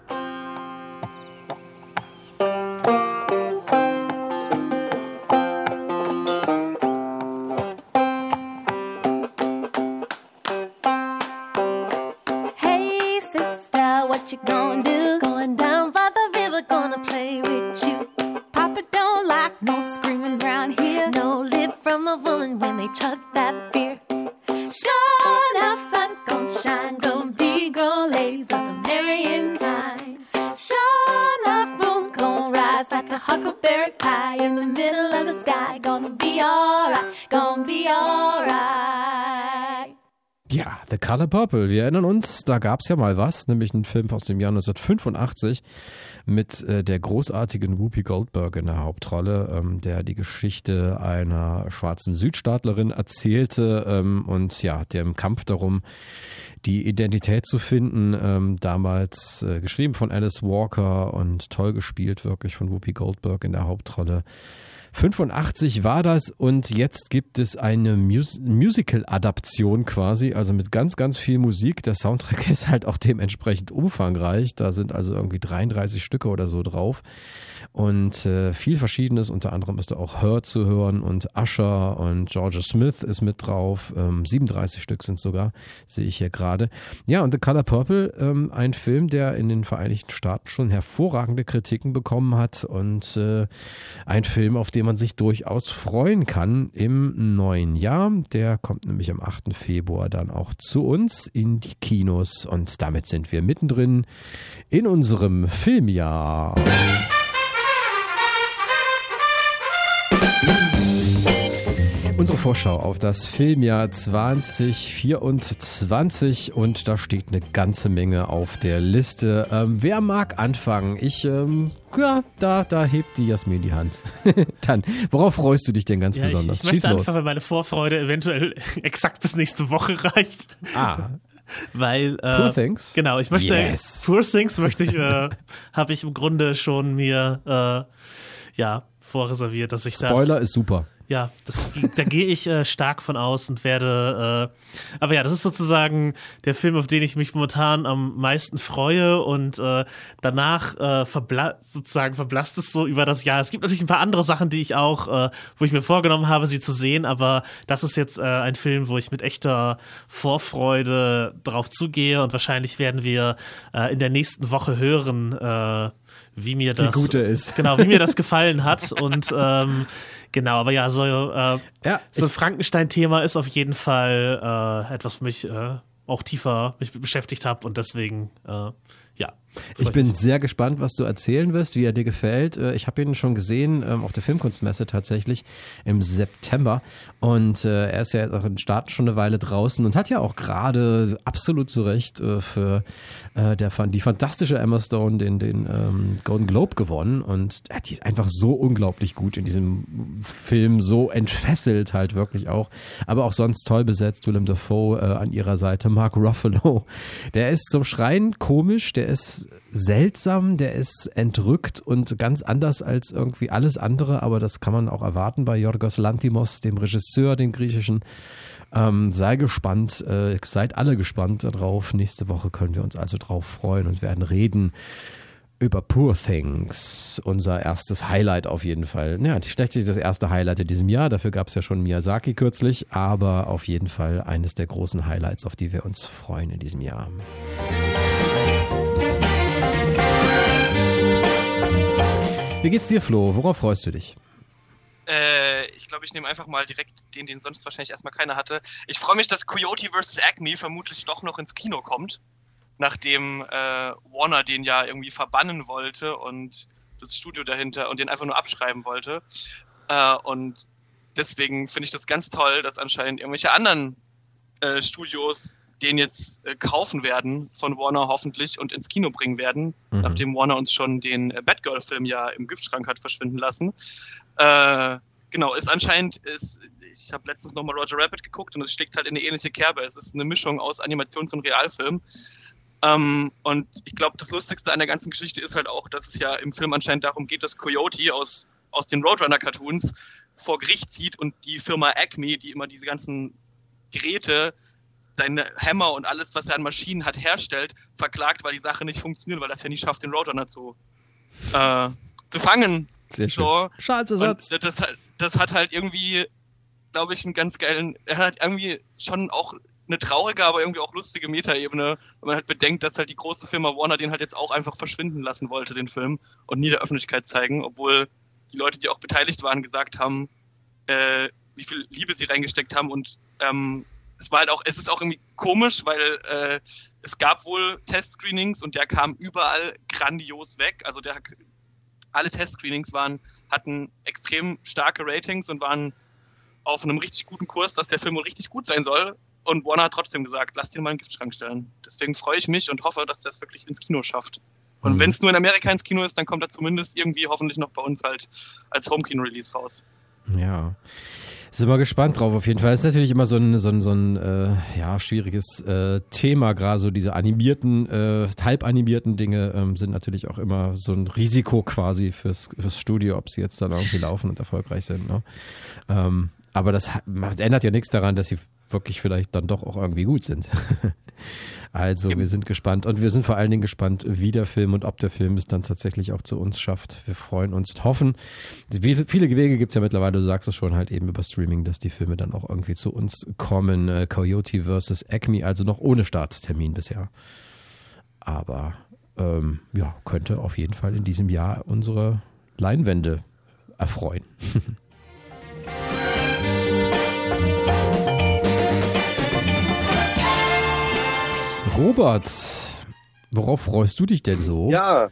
Hey sister, what you gonna do? Going down by the river, gonna play with you. Papa don't like no screaming round here. No lip from a woman when they chuck that beer. Sure enough, sun gon' shine, gonna be grown ladies of the marrying kind. Sure enough, moon gon' rise like a huckleberry pie in the middle of the sky. Gonna be alright, gonna be alright. Ja, The The Color Purple, wir erinnern uns, da gab es ja mal was, nämlich einen Film aus dem Jahr neunzehnhundertfünfundachtzig mit äh, der großartigen Whoopi Goldberg in der Hauptrolle, ähm, der die Geschichte einer schwarzen Südstaatlerin erzählte ähm, und ja, dem Kampf darum, die Identität zu finden, ähm, damals äh, geschrieben von Alice Walker und toll gespielt wirklich von Whoopi Goldberg in der Hauptrolle. fünfundachtzig war das und jetzt gibt es eine Mus- Musical-Adaption quasi, also mit ganz, ganz viel Musik. Der Soundtrack ist halt auch dementsprechend umfangreich. Da sind also irgendwie dreiunddreißig Stücke oder so drauf und äh, viel Verschiedenes. Unter anderem ist da auch Her zu hören und Usher und Georgia Smith ist mit drauf. Ähm, siebenunddreißig Stück sind sogar, sehe ich hier gerade. Ja, und The Color Purple, ähm, ein Film, der in den Vereinigten Staaten schon hervorragende Kritiken bekommen hat und äh, ein Film, auf den man sich durchaus freuen kann im neuen Jahr. Der kommt nämlich am achten Februar dann auch zu uns in die Kinos und damit sind wir mittendrin in unserem Filmjahr. Unsere Vorschau auf das Filmjahr zwanzig vierundzwanzig und da steht eine ganze Menge auf der Liste. Ähm, wer mag anfangen? Ich, ähm, ja, da, da hebt die Jasmin die Hand. Dann, worauf freust du dich denn ganz ja, besonders? Ich, ich Schieß möchte los. anfangen, weil meine Vorfreude eventuell exakt bis nächste Woche reicht. Ah. Weil, äh, Poor Things? Genau, ich möchte, yes. Poor Things möchte ich, äh, habe ich im Grunde schon mir, äh, ja, vorreserviert, dass ich das. Spoiler ist super. Ja, das, da gehe ich äh, stark von aus und werde, äh, aber ja, das ist sozusagen der Film, auf den ich mich momentan am meisten freue und äh, danach äh, verbla- sozusagen verblasst es so über das Jahr. Es gibt natürlich ein paar andere Sachen, die ich auch, äh, wo ich mir vorgenommen habe, sie zu sehen, aber das ist jetzt äh, ein Film, wo ich mit echter Vorfreude drauf zugehe und wahrscheinlich werden wir äh, in der nächsten Woche hören, äh, wie mir das, wie gut er ist. Genau, wie mir das gefallen hat und ähm, genau, aber ja, so, äh, ja, so ein Frankenstein-Thema ist auf jeden Fall äh, etwas, was mich äh, auch tiefer mich beschäftigt habe und deswegen, äh, ja. Ich bin sehr gespannt, was du erzählen wirst, wie er dir gefällt. Ich habe ihn schon gesehen ähm, auf der Filmkunstmesse tatsächlich im September und äh, er ist ja auch in den Staaten schon eine Weile draußen und hat ja auch gerade absolut zu Recht äh, für äh, der, die fantastische Emma Stone den, den ähm, Golden Globe gewonnen und ja, die ist einfach so unglaublich gut in diesem Film, so entfesselt halt wirklich auch, aber auch sonst toll besetzt. Willem Dafoe äh, an ihrer Seite, Mark Ruffalo, der ist zum Schreien komisch, der ist seltsam, der ist entrückt und ganz anders als irgendwie alles andere, aber das kann man auch erwarten bei Yorgos Lanthimos, dem Regisseur, dem griechischen. Ähm, sei gespannt, äh, seid alle gespannt darauf. Nächste Woche können wir uns also drauf freuen und werden reden über Poor Things, unser erstes Highlight auf jeden Fall. Ja, vielleicht nicht das erste Highlight in diesem Jahr, dafür gab es ja schon Miyazaki kürzlich, aber auf jeden Fall eines der großen Highlights, auf die wir uns freuen in diesem Jahr. Wie geht's dir, Flo? Worauf freust du dich? Äh, ich glaube, ich nehme einfach mal direkt den, den sonst wahrscheinlich erstmal keiner hatte. Ich freue mich, dass Coyote versus. Acme vermutlich doch noch ins Kino kommt, nachdem äh, Warner den ja irgendwie verbannen wollte und das Studio dahinter und den einfach nur abschreiben wollte. Äh, und deswegen finde ich das ganz toll, dass anscheinend irgendwelche anderen äh, Studios den jetzt äh, kaufen werden von Warner hoffentlich und ins Kino bringen werden, mhm. nachdem Warner uns schon den äh, Batgirl-Film ja im Giftschrank hat verschwinden lassen. Äh, genau, ist anscheinend, ist, ich habe letztens nochmal Roger Rabbit geguckt und es schlägt halt in eine ähnliche Kerbe. Es ist eine Mischung aus Animations- und Realfilm. Ähm, und ich glaube, das Lustigste an der ganzen Geschichte ist halt auch, dass es ja im Film anscheinend darum geht, dass Coyote aus, aus den Roadrunner-Cartoons vor Gericht zieht und die Firma Acme, die immer diese ganzen Geräte, seine Hammer und alles, was er an Maschinen hat, herstellt, verklagt, weil die Sache nicht funktioniert, weil das ja nie schafft, den Roadrunner zu, äh, zu fangen. Sehr schön. So. Schadensersatz. Das, das hat halt irgendwie, glaube ich, einen ganz geilen, er hat irgendwie schon auch eine traurige, aber irgendwie auch lustige Metaebene, wenn man halt bedenkt, dass halt die große Firma Warner den halt jetzt auch einfach verschwinden lassen wollte, den Film, und nie der Öffentlichkeit zeigen, obwohl die Leute, die auch beteiligt waren, gesagt haben, äh, wie viel Liebe sie reingesteckt haben und ähm, es war halt auch, es ist auch irgendwie komisch, weil äh, es gab wohl Testscreenings und der kam überall grandios weg. Also der, alle Testscreenings waren, hatten extrem starke Ratings und waren auf einem richtig guten Kurs, dass der Film wohl richtig gut sein soll. Und Warner hat trotzdem gesagt, lass den mal in den Giftschrank stellen. Deswegen freue ich mich und hoffe, dass der es wirklich ins Kino schafft. Und mhm. wenn es nur in Amerika ins Kino ist, dann kommt er zumindest irgendwie hoffentlich noch bei uns halt als Home-Kino-Release raus. Ja, sind wir gespannt drauf auf jeden Fall. Das ist natürlich immer so ein, so ein, so ein äh, ja, schwieriges äh, Thema, gerade so diese animierten, äh, halb animierten Dinge ähm, sind natürlich auch immer so ein Risiko quasi fürs, fürs Studio, ob sie jetzt dann irgendwie laufen und erfolgreich sind. Ne? Ähm, aber das, das ändert ja nichts daran, dass sie wirklich vielleicht dann doch auch irgendwie gut sind. Also wir sind gespannt und wir sind vor allen Dingen gespannt, wie der Film und ob der Film es dann tatsächlich auch zu uns schafft. Wir freuen uns und hoffen. Viele Wege gibt es ja mittlerweile, du sagst es schon, halt eben über Streaming, dass die Filme dann auch irgendwie zu uns kommen. Coyote versus. Acme, also noch ohne Starttermin bisher. Aber ähm, ja, könnte auf jeden Fall in diesem Jahr unsere Leinwände erfreuen. Robert, worauf freust du dich denn so? Ja,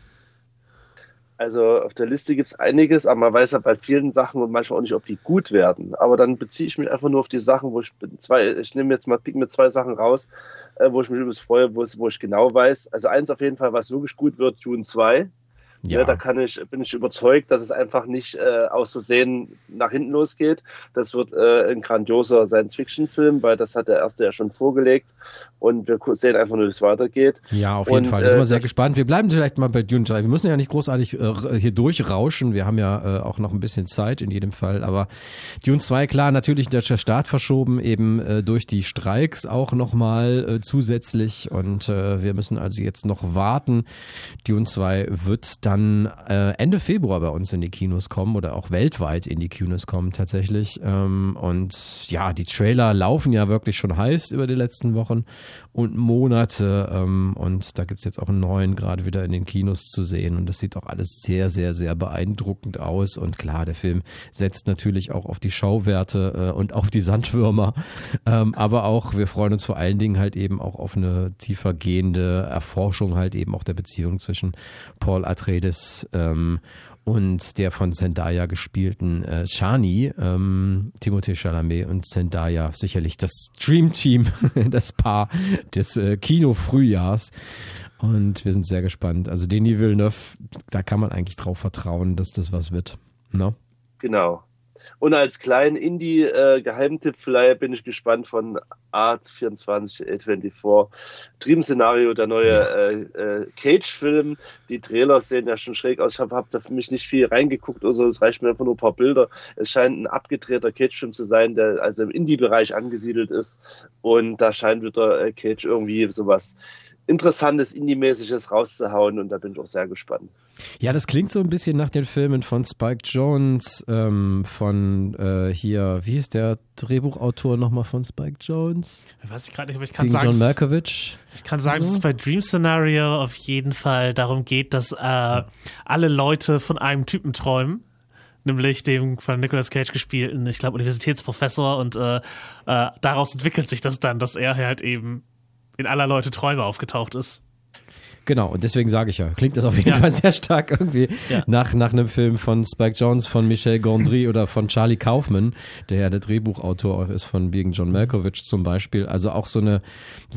also auf der Liste gibt es einiges, aber man weiß ja bei vielen Sachen und manchmal auch nicht, ob die gut werden. Aber dann beziehe ich mich einfach nur auf die Sachen, wo ich zwei, ich nehme jetzt mal, pick mir zwei Sachen raus, äh, wo ich mich übrigens freue, wo, wo ich genau weiß. Also eins auf jeden Fall, was wirklich gut wird, Dune zwei. Ja. Ja, da kann ich, bin ich überzeugt, dass es einfach nicht äh, aus Versehen nach hinten losgeht. Das wird äh, ein grandioser Science-Fiction-Film, weil das hat der erste ja schon vorgelegt und wir sehen einfach nur, wie es weitergeht. Ja, auf jeden und, Fall. Da sind wir sehr gespannt. Wir bleiben vielleicht mal bei Dune zwei. Wir müssen ja nicht großartig äh, hier durchrauschen. Wir haben ja äh, auch noch ein bisschen Zeit in jedem Fall. Aber Dune zwei, klar, natürlich der Start verschoben, eben äh, durch die Streiks auch nochmal äh, zusätzlich. Und äh, wir müssen also jetzt noch warten. Dune zwei wird dann Dann äh, Ende Februar bei uns in die Kinos kommen oder auch weltweit in die Kinos kommen tatsächlich. Ähm, und ja, die Trailer laufen ja wirklich schon heiß über die letzten Wochen und Monate. Ähm, und da gibt es jetzt auch einen neuen gerade wieder in den Kinos zu sehen. Und das sieht auch alles sehr, sehr, sehr beeindruckend aus. Und klar, der Film setzt natürlich auch auf die Schauwerte äh, und auf die Sandwürmer. Ähm, aber auch, wir freuen uns vor allen Dingen halt eben auch auf eine tiefer gehende Erforschung halt eben auch der Beziehung zwischen Paul Atreides Ähm, und der von Zendaya gespielten äh, Chani, ähm, Timothée Chalamet und Zendaya, sicherlich das Dream-Team, das Paar des äh, Kino-Frühjahrs. Und wir sind sehr gespannt. Also Denis Villeneuve, da kann man eigentlich drauf vertrauen, dass das was wird. No? Genau. Und als kleinen Indie-Geheimtipp vielleicht bin ich gespannt von Art vierundzwanzig, A vierundzwanzig, Dream-Szenario, der neue ja. äh, äh, Cage-Film. Die Trailer sehen ja schon schräg aus. Ich habe hab da für mich nicht viel reingeguckt oder so. Es reicht mir einfach nur ein paar Bilder. Es scheint ein abgedrehter Cage-Film zu sein, der also im Indie-Bereich angesiedelt ist. Und da scheint wieder äh, Cage irgendwie sowas Interessantes, Indie-mäßiges rauszuhauen. Und da bin ich auch sehr gespannt. Ja, das klingt so ein bisschen nach den Filmen von Spike Jonze, ähm, von äh, hier, wie ist der Drehbuchautor nochmal von Spike Jonze? Weiß ich gerade nicht, aber ich kann Gegen sagen, John Malkovich. Ich kann sagen, dass es bei Dream Scenario auf jeden Fall darum geht, dass äh, alle Leute von einem Typen träumen. Nämlich dem von Nicolas Cage gespielten, ich glaube, Universitätsprofessor. Und äh, äh, daraus entwickelt sich das dann, dass er halt eben in aller Leute Träume aufgetaucht ist. Genau, und deswegen sage ich ja, klingt das auf jeden ja. Fall sehr stark irgendwie ja. nach, nach einem Film von Spike Jonze, von Michel Gondry oder von Charlie Kaufman, der ja der Drehbuchautor auch ist von Gegen John Malkovich zum Beispiel. Also auch so eine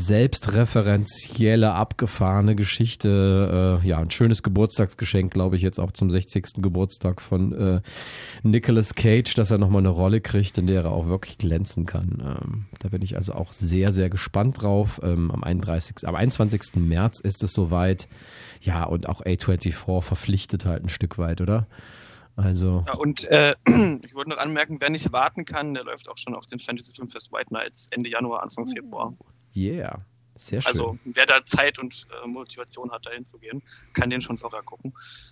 selbstreferenzielle, abgefahrene Geschichte. Äh, ja, ein schönes Geburtstagsgeschenk, glaube ich, jetzt auch zum sechzigsten Geburtstag von äh, Nicolas Cage, dass er nochmal eine Rolle kriegt, in der er auch wirklich glänzen kann. Ähm, da bin ich also auch sehr, sehr gespannt drauf. Ähm, am einunddreißigsten, am einundzwanzigsten März ist es soweit. Ja, und auch A vierundzwanzig verpflichtet halt ein Stück weit, oder? Also. Ja, und äh, ich wollte noch anmerken, wer nicht warten kann, der läuft auch schon auf den Fantasy Filmfest White Nights Ende Januar, Anfang Februar. Yeah, sehr schön. Also, wer da Zeit und äh, Motivation hat, da hinzugehen, kann den schon vorher gucken.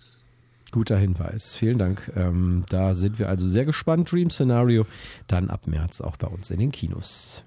Guter Hinweis, vielen Dank. Ähm, da sind wir also sehr gespannt. Dream Scenario, dann ab März auch bei uns in den Kinos.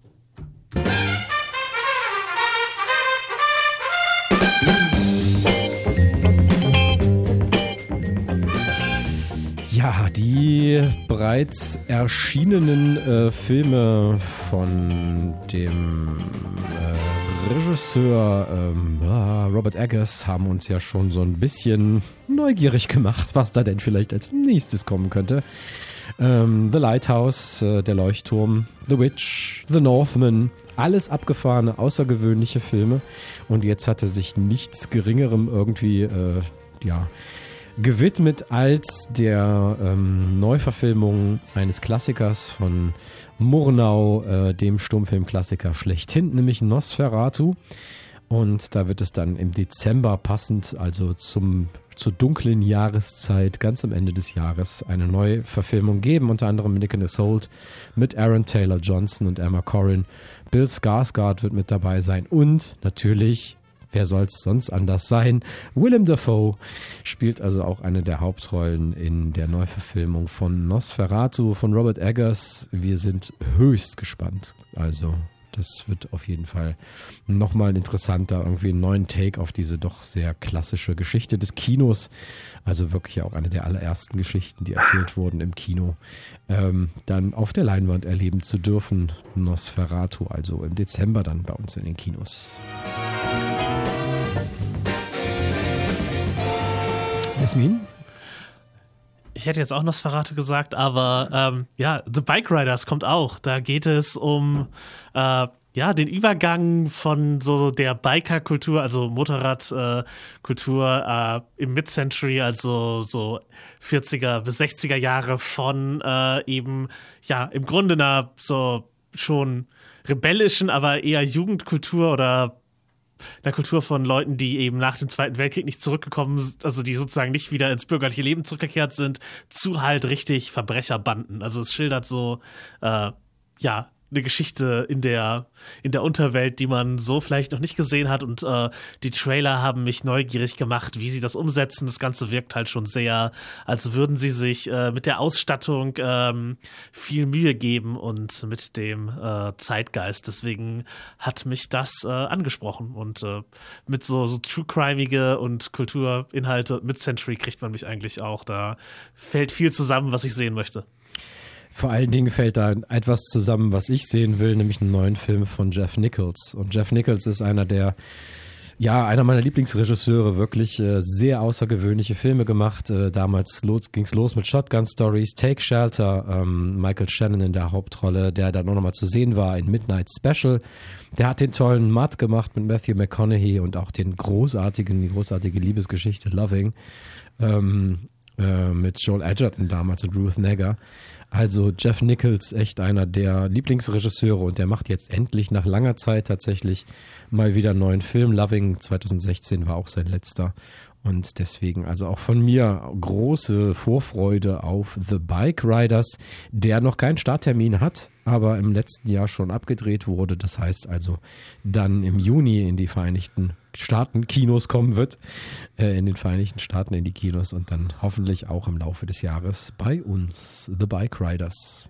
Ja, die bereits erschienenen äh, Filme von dem äh, Regisseur ähm, Robert Eggers haben uns ja schon so ein bisschen neugierig gemacht, was da denn vielleicht als nächstes kommen könnte. ähm, The Lighthouse, äh, der Leuchtturm, The Witch, The Northman, alles abgefahrene, außergewöhnliche Filme. Und jetzt hat er sich nichts Geringerem irgendwie, äh, ja, gewidmet als der ähm, Neuverfilmung eines Klassikers von Murnau, äh, dem Stummfilmklassiker schlechthin, nämlich Nosferatu. Und da wird es dann im Dezember passend, also zum, zur dunklen Jahreszeit, ganz am Ende des Jahres, eine neue Verfilmung geben. Unter anderem mit Nicholas Hoult, mit Aaron Taylor Johnson und Emma Corrin. Bill Skarsgård wird mit dabei sein und natürlich, wer soll es sonst anders sein, Willem Dafoe spielt also auch eine der Hauptrollen in der Neuverfilmung von Nosferatu von Robert Eggers. Wir sind höchst gespannt. Also das wird auf jeden Fall nochmal interessanter, irgendwie einen neuen Take auf diese doch sehr klassische Geschichte des Kinos. Also wirklich auch eine der allerersten Geschichten, die erzählt wurden im Kino, ähm, dann auf der Leinwand erleben zu dürfen. Nosferatu, also im Dezember dann bei uns in den Kinos. Jasmin? Ich hätte jetzt auch Nosferatu gesagt, aber ähm, ja, The Bike Riders kommt auch. Da geht es um äh, ja, den Übergang von so der Biker-Kultur, also Motorradkultur äh, äh, im Mid-Century, also so vierziger bis sechziger Jahre von äh, eben, ja, im Grunde einer so schon rebellischen, aber eher Jugendkultur oder einer Kultur von Leuten, die eben nach dem Zweiten Weltkrieg nicht zurückgekommen sind, also die sozusagen nicht wieder ins bürgerliche Leben zurückgekehrt sind, zu halt richtig Verbrecherbanden. Also es schildert so, äh, ja, eine Geschichte in der, in der Unterwelt, die man so vielleicht noch nicht gesehen hat, und äh, die Trailer haben mich neugierig gemacht, wie sie das umsetzen. Das Ganze wirkt halt schon sehr, als würden sie sich äh, mit der Ausstattung ähm, viel Mühe geben und mit dem äh, Zeitgeist. Deswegen hat mich das äh, angesprochen, und äh, mit so, so True-Crimige und Kulturinhalte Mid-Century kriegt man mich eigentlich auch. Da fällt viel zusammen, was ich sehen möchte. Vor allen Dingen fällt da etwas zusammen, was ich sehen will, nämlich einen neuen Film von Jeff Nichols. Und Jeff Nichols ist einer der, ja, einer meiner Lieblingsregisseure, wirklich äh, sehr außergewöhnliche Filme gemacht. Äh, damals los, ging's los mit Shotgun Stories, Take Shelter, ähm, Michael Shannon in der Hauptrolle, der dann auch nochmal zu sehen war in Midnight Special. Der hat den tollen Mutt gemacht mit Matthew McConaughey und auch den großartigen, die großartige Liebesgeschichte Loving ähm, äh, mit Joel Edgerton damals und Ruth Negga. Also Jeff Nichols, echt einer der Lieblingsregisseure, und der macht jetzt endlich nach langer Zeit tatsächlich mal wieder einen neuen Film. Loving zwanzig sechzehn war auch sein letzter, und deswegen also auch von mir große Vorfreude auf The Bike Riders, der noch keinen Starttermin hat, aber im letzten Jahr schon abgedreht wurde. Das heißt also dann im Juni in die Vereinigten Staaten Kinos kommen wird, äh, in den Vereinigten Staaten in die Kinos, und dann hoffentlich auch im Laufe des Jahres bei uns. The Bike Riders.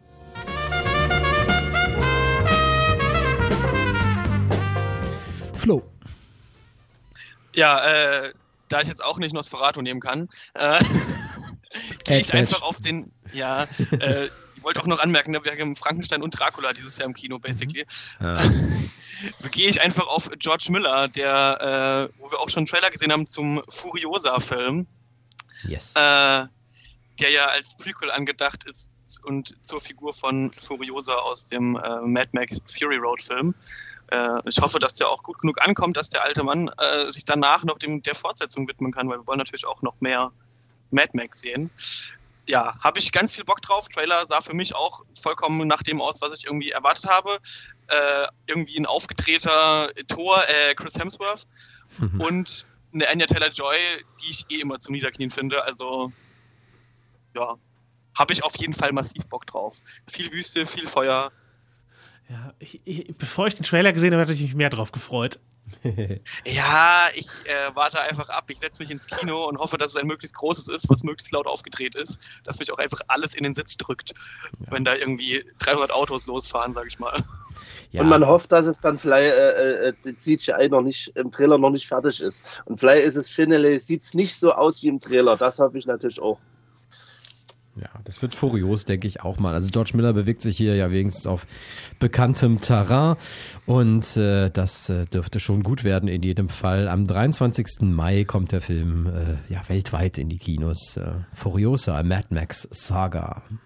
Flo. Ja, äh, da ich jetzt auch nicht Nosferatu nehmen kann, äh, gehe ich einfach auf den, ja, äh, ich wollte auch noch anmerken, wir haben Frankenstein und Dracula dieses Jahr im Kino, basically. Ja. Gehe ich einfach auf George Miller, der, äh, wo wir auch schon einen Trailer gesehen haben zum Furiosa-Film. Yes. Äh, der ja als Prequel angedacht ist und zur Figur von Furiosa aus dem äh, Mad Max Fury Road Film. Äh, ich hoffe, dass der auch gut genug ankommt, dass der alte Mann äh, sich danach noch dem, der Fortsetzung widmen kann, weil wir wollen natürlich auch noch mehr Mad Max sehen. Ja, habe ich ganz viel Bock drauf. Trailer sah für mich auch vollkommen nach dem aus, was ich irgendwie erwartet habe. Äh, irgendwie ein aufgedrehter Thor, äh, Chris Hemsworth mhm. und eine Anya Taylor-Joy, die ich eh immer zum Niederknien finde. Also, ja, habe ich auf jeden Fall massiv Bock drauf. Viel Wüste, viel Feuer. Ja, ich, ich, bevor ich den Trailer gesehen habe, hätte ich mich mehr drauf gefreut. Ja, ich äh, warte einfach ab. Ich setze mich ins Kino und hoffe, dass es ein möglichst großes ist, was möglichst laut aufgedreht ist, dass mich auch einfach alles in den Sitz drückt, ja. wenn da irgendwie dreihundert Autos losfahren, sag ich mal. Ja. Und man hofft, dass es dann vielleicht äh, äh, die C G I noch nicht im Trailer noch nicht fertig ist. Und vielleicht ist es finally, sieht es nicht so aus wie im Trailer. Das hoffe ich natürlich auch. Ja, das wird furios, denke ich auch mal. Also George Miller bewegt sich hier ja wenigstens auf bekanntem Terrain, und äh, das äh, dürfte schon gut werden in jedem Fall. Am dreiundzwanzigsten Mai kommt der Film äh, ja weltweit in die Kinos. Äh, Furiosa, Mad Max Saga.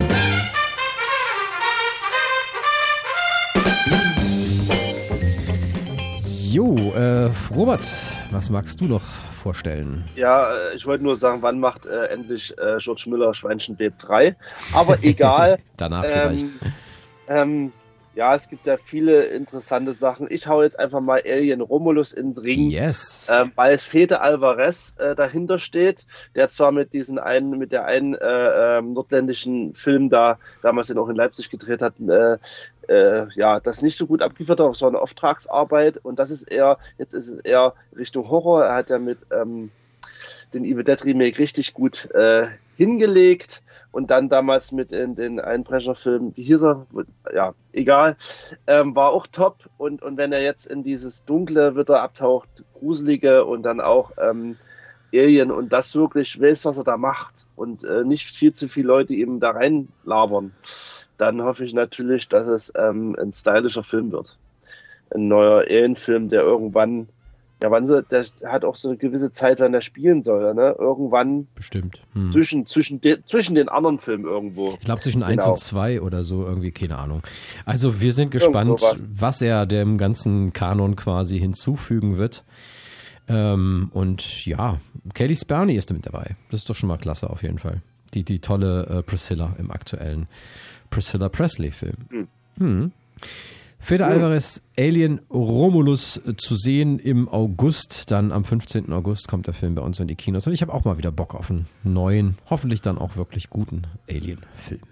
Jo, äh, Robert, was magst du noch vorstellen? Ja, äh, ich wollte nur sagen, wann macht äh, endlich äh, George Miller Schweinchen bebt drei? Aber egal. Danach ähm, vielleicht. Ähm, ja, es gibt ja viele interessante Sachen. Ich hau jetzt einfach mal Alien Romulus in den Ring, Yes. ähm, weil Fede Alvarez äh, dahinter steht, der zwar mit diesen einen, mit der einen äh, äh, nordländischen Film da damals den auch in Leipzig gedreht hat, äh, äh, ja, das nicht so gut abgeliefert hat, aber es war eine Auftragsarbeit und das ist eher, jetzt ist es eher Richtung Horror. Er hat ja mit ähm, den Evil Dead Remake richtig gut äh, hingelegt und dann damals mit in den Einbrecherfilm, wie hieß er? Ja, egal, ähm, war auch top und, und wenn er jetzt in dieses Dunkle wieder abtaucht, Gruselige und dann auch ähm, Alien und das wirklich weiß, was er da macht und äh, nicht viel zu viele Leute ihm da reinlabern, dann hoffe ich natürlich, dass es ähm, ein stylischer Film wird. Ein neuer Alien-Film, der irgendwann Ja, wann so, der hat auch so eine gewisse Zeit, wann er spielen soll, ne? Irgendwann. Bestimmt. Hm. Zwischen, zwischen, de, zwischen den anderen Filmen irgendwo. Ich glaube zwischen genau. eins und zwei oder so, irgendwie, keine Ahnung. Also wir sind gespannt, was er dem ganzen Kanon quasi hinzufügen wird. Ähm, und ja, Katie Sperney ist mit dabei. Das ist doch schon mal klasse auf jeden Fall. Die, die tolle äh, Priscilla im aktuellen Priscilla Presley-Film. Hm. Hm. Fede Alvarez, Alien Romulus zu sehen im August. Dann am fünfzehnten August kommt der Film bei uns in die Kinos. Und ich habe auch mal wieder Bock auf einen neuen, hoffentlich dann auch wirklich guten Alien-Film.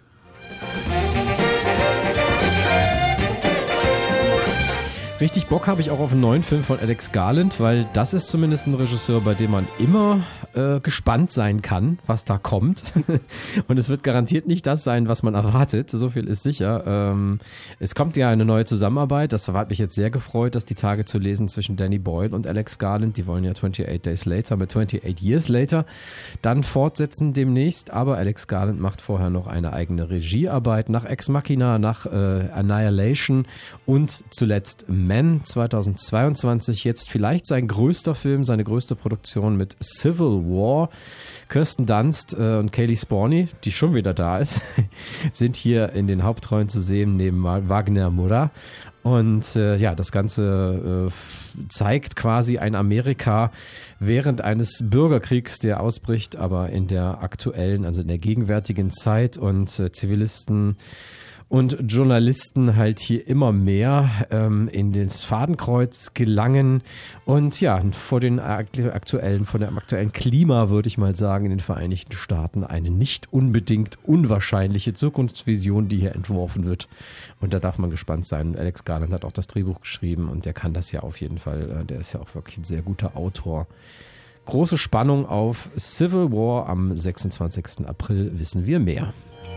Richtig Bock habe ich auch auf einen neuen Film von Alex Garland, weil das ist zumindest ein Regisseur, bei dem man immer äh, gespannt sein kann, was da kommt. Und es wird garantiert nicht das sein, was man erwartet. So viel ist sicher. Ähm, es kommt ja eine neue Zusammenarbeit. Das hat mich jetzt sehr gefreut, das die Tage zu lesen zwischen Danny Boyle und Alex Garland. Die wollen ja twenty-eight Days Later mit twenty-eight Years Later dann fortsetzen demnächst. Aber Alex Garland macht vorher noch eine eigene Regiearbeit nach Ex Machina, nach äh, Annihilation und zuletzt Man zweitausendzweiundzwanzig, jetzt vielleicht sein größter Film, seine größte Produktion mit Civil War. Kirsten Dunst äh, und Kaylee Sporney, die schon wieder da ist, sind hier in den Hauptrollen zu sehen, neben Wagner Moura. Und äh, ja, das Ganze äh, zeigt quasi ein Amerika während eines Bürgerkriegs, der ausbricht, aber in der aktuellen, also in der gegenwärtigen Zeit und äh, Zivilisten und Journalisten halt hier immer mehr ähm, in das Fadenkreuz gelangen und ja, vor den aktuellen, von dem aktuellen Klima, würde ich mal sagen, in den Vereinigten Staaten eine nicht unbedingt unwahrscheinliche Zukunftsvision, die hier entworfen wird. Und da darf man gespannt sein. Alex Garland hat auch das Drehbuch geschrieben und der kann das ja auf jeden Fall, der ist ja auch wirklich ein sehr guter Autor. Große Spannung auf Civil War. Am sechsundzwanzigsten April wissen wir mehr.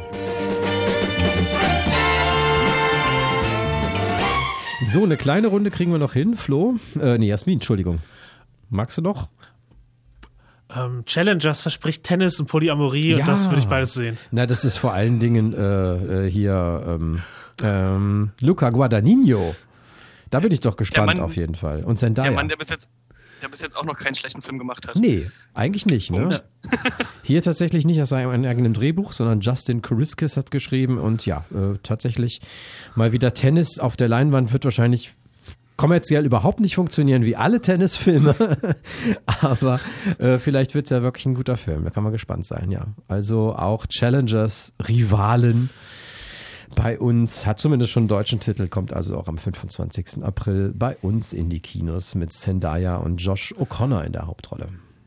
So, eine kleine Runde kriegen wir noch hin. Flo, äh, nee, Jasmin, Entschuldigung. Magst du noch? Ähm, Challengers verspricht Tennis und Polyamorie ja. und das würde ich beides sehen. Na, das ist vor allen Dingen äh, hier ähm, ähm, Luca Guadagnino. Da bin ich doch gespannt Mann, auf jeden Fall. Und Zendaya. Der Mann, der bis jetzt der bis jetzt auch noch keinen schlechten Film gemacht hat. Nee, eigentlich nicht, ne? Hier tatsächlich nicht aus seinem eigenen Drehbuch, sondern Justin Kuriskis hat geschrieben und ja, äh, tatsächlich mal wieder Tennis auf der Leinwand wird wahrscheinlich kommerziell überhaupt nicht funktionieren wie alle Tennisfilme, aber äh, vielleicht wird es ja wirklich ein guter Film, da kann man gespannt sein, ja. Also auch Challengers, Rivalen bei uns, hat zumindest schon einen deutschen Titel, kommt also auch am fünfundzwanzigsten April bei uns in die Kinos mit Zendaya und Josh O'Connor in der Hauptrolle.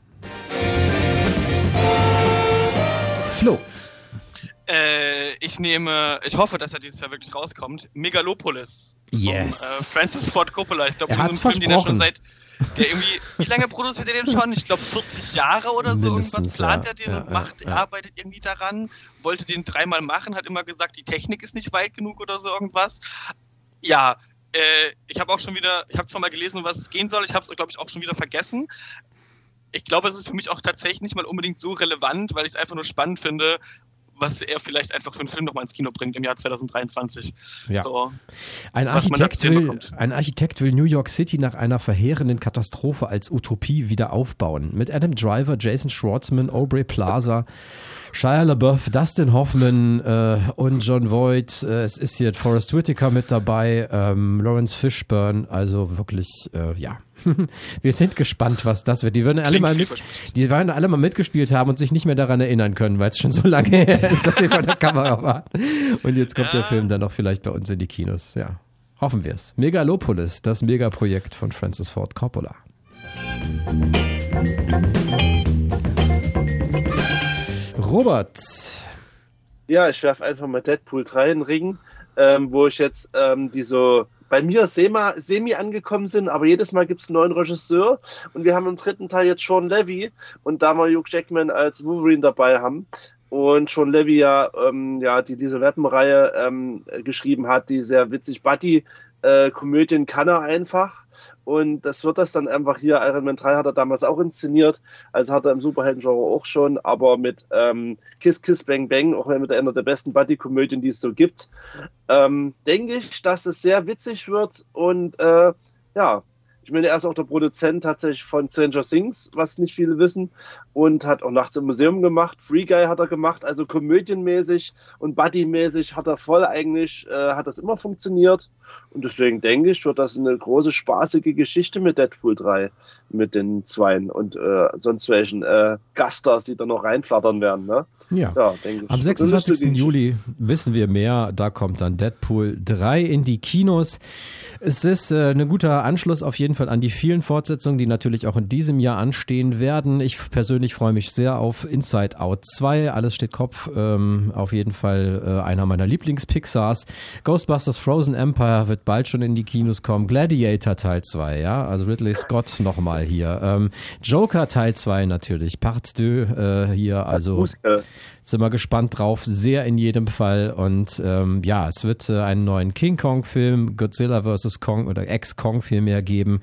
Flo. Äh, ich nehme, ich hoffe, dass er dieses Jahr wirklich rauskommt, Megalopolis. Yes. Von, äh, Francis Ford Coppola. Ich glaube, er hat's so ein Film, den er schon versprochen. seit, der irgendwie, wie lange produziert er den schon? Ich glaube vierzig Jahre oder so. Mindestens, Irgendwas plant ja. er den Ja, und macht, ja, ja. arbeitet irgendwie daran, wollte den dreimal machen, hat immer gesagt, die Technik ist nicht weit genug oder so irgendwas. Ja, äh, ich habe auch schon wieder, ich habe zwar mal gelesen, um was es gehen soll, ich habe es, glaube ich, auch schon wieder vergessen. Ich glaube, es ist für mich auch tatsächlich nicht mal unbedingt so relevant, weil ich es einfach nur spannend finde, was er vielleicht einfach für einen Film nochmal ins Kino bringt im Jahr zwanzig dreiundzwanzig. Ja. So, ein, Architekt will, ein Architekt will New York City nach einer verheerenden Katastrophe als Utopie wieder aufbauen. Mit Adam Driver, Jason Schwartzman, Aubrey Plaza, Shia LaBeouf, Dustin Hoffman äh, und John Voight. Äh, es ist hier Forrest Whitaker mit dabei, ähm, Lawrence Fishburne. Also wirklich, äh, ja. Wir sind gespannt, was das wird. Die würden alle mal mit, die werden alle mal mitgespielt haben und sich nicht mehr daran erinnern können, weil es schon so lange her ist, dass sie vor der Kamera waren. Und jetzt kommt ja. der Film dann noch vielleicht bei uns in die Kinos. Ja, hoffen wir es. Megalopolis, das Megaprojekt von Francis Ford Coppola. Robert. Ja, ich werfe einfach mal Deadpool drei in den Ring, ähm, wo ich jetzt ähm, die so bei mir semi, semi angekommen sind, aber jedes Mal gibt es einen neuen Regisseur und wir haben im dritten Teil jetzt Sean Levy und da wir Hugh Jackman als Wolverine dabei haben und Sean Levy ja, ähm, ja die diese Weapon-Reihe ähm, geschrieben hat, die sehr witzig Buddy-Komödien äh, kann er einfach. Und das wird das dann einfach hier, Iron Man drei hat er damals auch inszeniert, also hat er im Superhelden-Genre auch schon, aber mit ähm, Kiss Kiss Bang Bang, auch mit einer der besten Buddy-Komödien, die es so gibt, ähm, denke ich, dass es sehr witzig wird und äh, ja, ich meine, er ist auch der Produzent tatsächlich von Stranger Things, was nicht viele wissen, und hat auch Nachts im Museum gemacht, Free Guy hat er gemacht, also komödienmäßig und Buddy-mäßig hat er voll eigentlich, äh, hat das immer funktioniert. Und deswegen denke ich, wird das eine große, spaßige Geschichte mit Deadpool drei, mit den Zweien und äh, sonst welchen äh, Gaststars, die da noch reinflattern werden. Ne? Ja, ja denke ich. Am sechsundzwanzigsten Juli wissen wir mehr, da kommt dann Deadpool drei in die Kinos. Es ist äh, ein guter Anschluss auf jeden Fall an die vielen Fortsetzungen, die natürlich auch in diesem Jahr anstehen werden. Ich persönlich freue mich sehr auf Inside Out zwei, alles steht Kopf, ähm, auf jeden Fall äh, einer meiner Lieblings-Pixars. Ghostbusters Frozen Empire wird bald schon in die Kinos kommen. Gladiator Teil zwei, ja, also Ridley Scott nochmal hier. Ähm, Joker Teil zwei natürlich, Part zwei äh, hier, also sind wir gespannt drauf, sehr in jedem Fall. Und ähm, ja, es wird äh, einen neuen King Kong-Film, Godzilla versus. Kong oder Ex-Kong vielmehr geben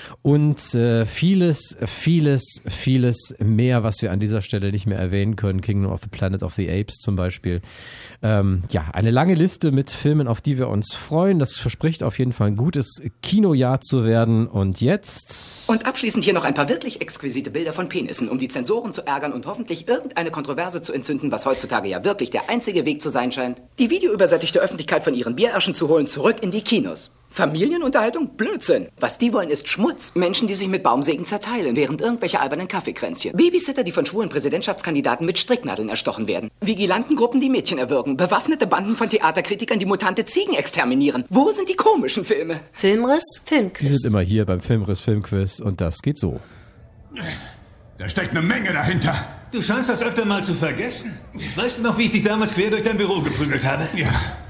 und äh, vieles, vieles, vieles mehr, was wir an dieser Stelle nicht mehr erwähnen können. Kingdom of the Planet of the Apes zum Beispiel. Ähm, ja, eine lange Liste mit Filmen, auf die wir uns freuen. Das verspricht auf jeden Fall ein gutes Kinojahr zu werden. Und jetzt... Und abschließend hier noch ein paar wirklich exquisite Bilder von Penissen, um die Zensoren zu ärgern und hoffentlich irgendeine Kontroverse zu entzünden, was heutzutage ja wirklich der einzige Weg zu sein scheint, die videoübersättigte Öffentlichkeit von ihren Bierärschen zu holen, zurück in die Kinos. Familienunterhaltung? Blödsinn. Was die wollen, ist Schmutz. Menschen, die sich mit Baumsägen zerteilen, während irgendwelche albernen Kaffeekränzchen. Babysitter, die von schwulen Präsidentschaftskandidaten mit Stricknadeln erstochen werden. Vigilantengruppen, die Mädchen erwürgen. Bewaffnete Banden von Theaterkritikern, die mutante Ziegen exterminieren. Wo sind die komischen Filme? Filmriss, Filmquiz. Die sind immer hier beim Filmriss, Filmquiz und das geht so. Da steckt eine Menge dahinter. Du scheinst das öfter mal zu vergessen. Weißt du noch, wie ich dich damals quer durch dein Büro geprügelt habe? Ja.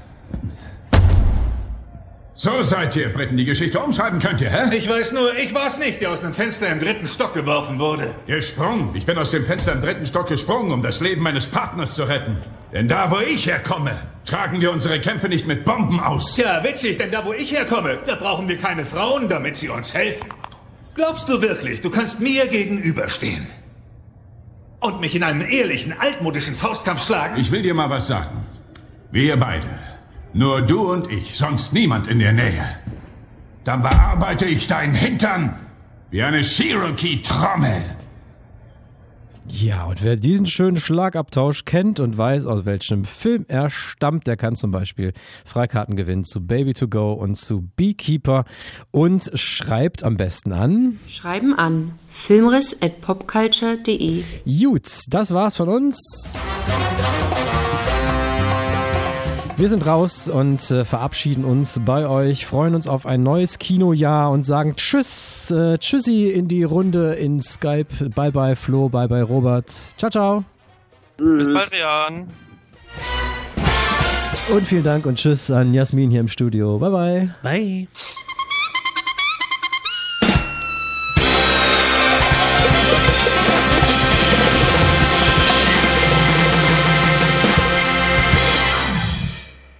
So seid ihr, Briten, die Geschichte umschreiben könnt ihr, hä? Ich weiß nur, ich war's nicht, der aus einem Fenster im dritten Stock geworfen wurde. Gesprungen? Ich bin aus dem Fenster im dritten Stock gesprungen, um das Leben meines Partners zu retten. Denn da, wo ich herkomme, tragen wir unsere Kämpfe nicht mit Bomben aus. Tja, witzig, denn da, wo ich herkomme, da brauchen wir keine Frauen, damit sie uns helfen. Glaubst du wirklich, du kannst mir gegenüberstehen? Und mich in einen ehrlichen, altmodischen Faustkampf schlagen? Ich will dir mal was sagen. Wir beide. Nur du und ich, sonst niemand in der Nähe. Dann bearbeite ich deinen Hintern wie eine Cherokee-Trommel. Ja, und wer diesen schönen Schlagabtausch kennt und weiß, aus welchem Film er stammt, der kann zum Beispiel Freikarten gewinnen zu Baby to Go und zu Beekeeper und schreibt am besten an. Schreiben an filmriss at popculture punkt de. Gut, das war's von uns. Wir sind raus und äh, verabschieden uns bei euch, freuen uns auf ein neues Kinojahr und sagen Tschüss, äh, Tschüssi in die Runde in Skype. Bye bye Flo, bye bye Robert. Ciao, ciao. Bis bald, Jan. Und vielen Dank und Tschüss an Jasmin hier im Studio. Bye bye. Bye.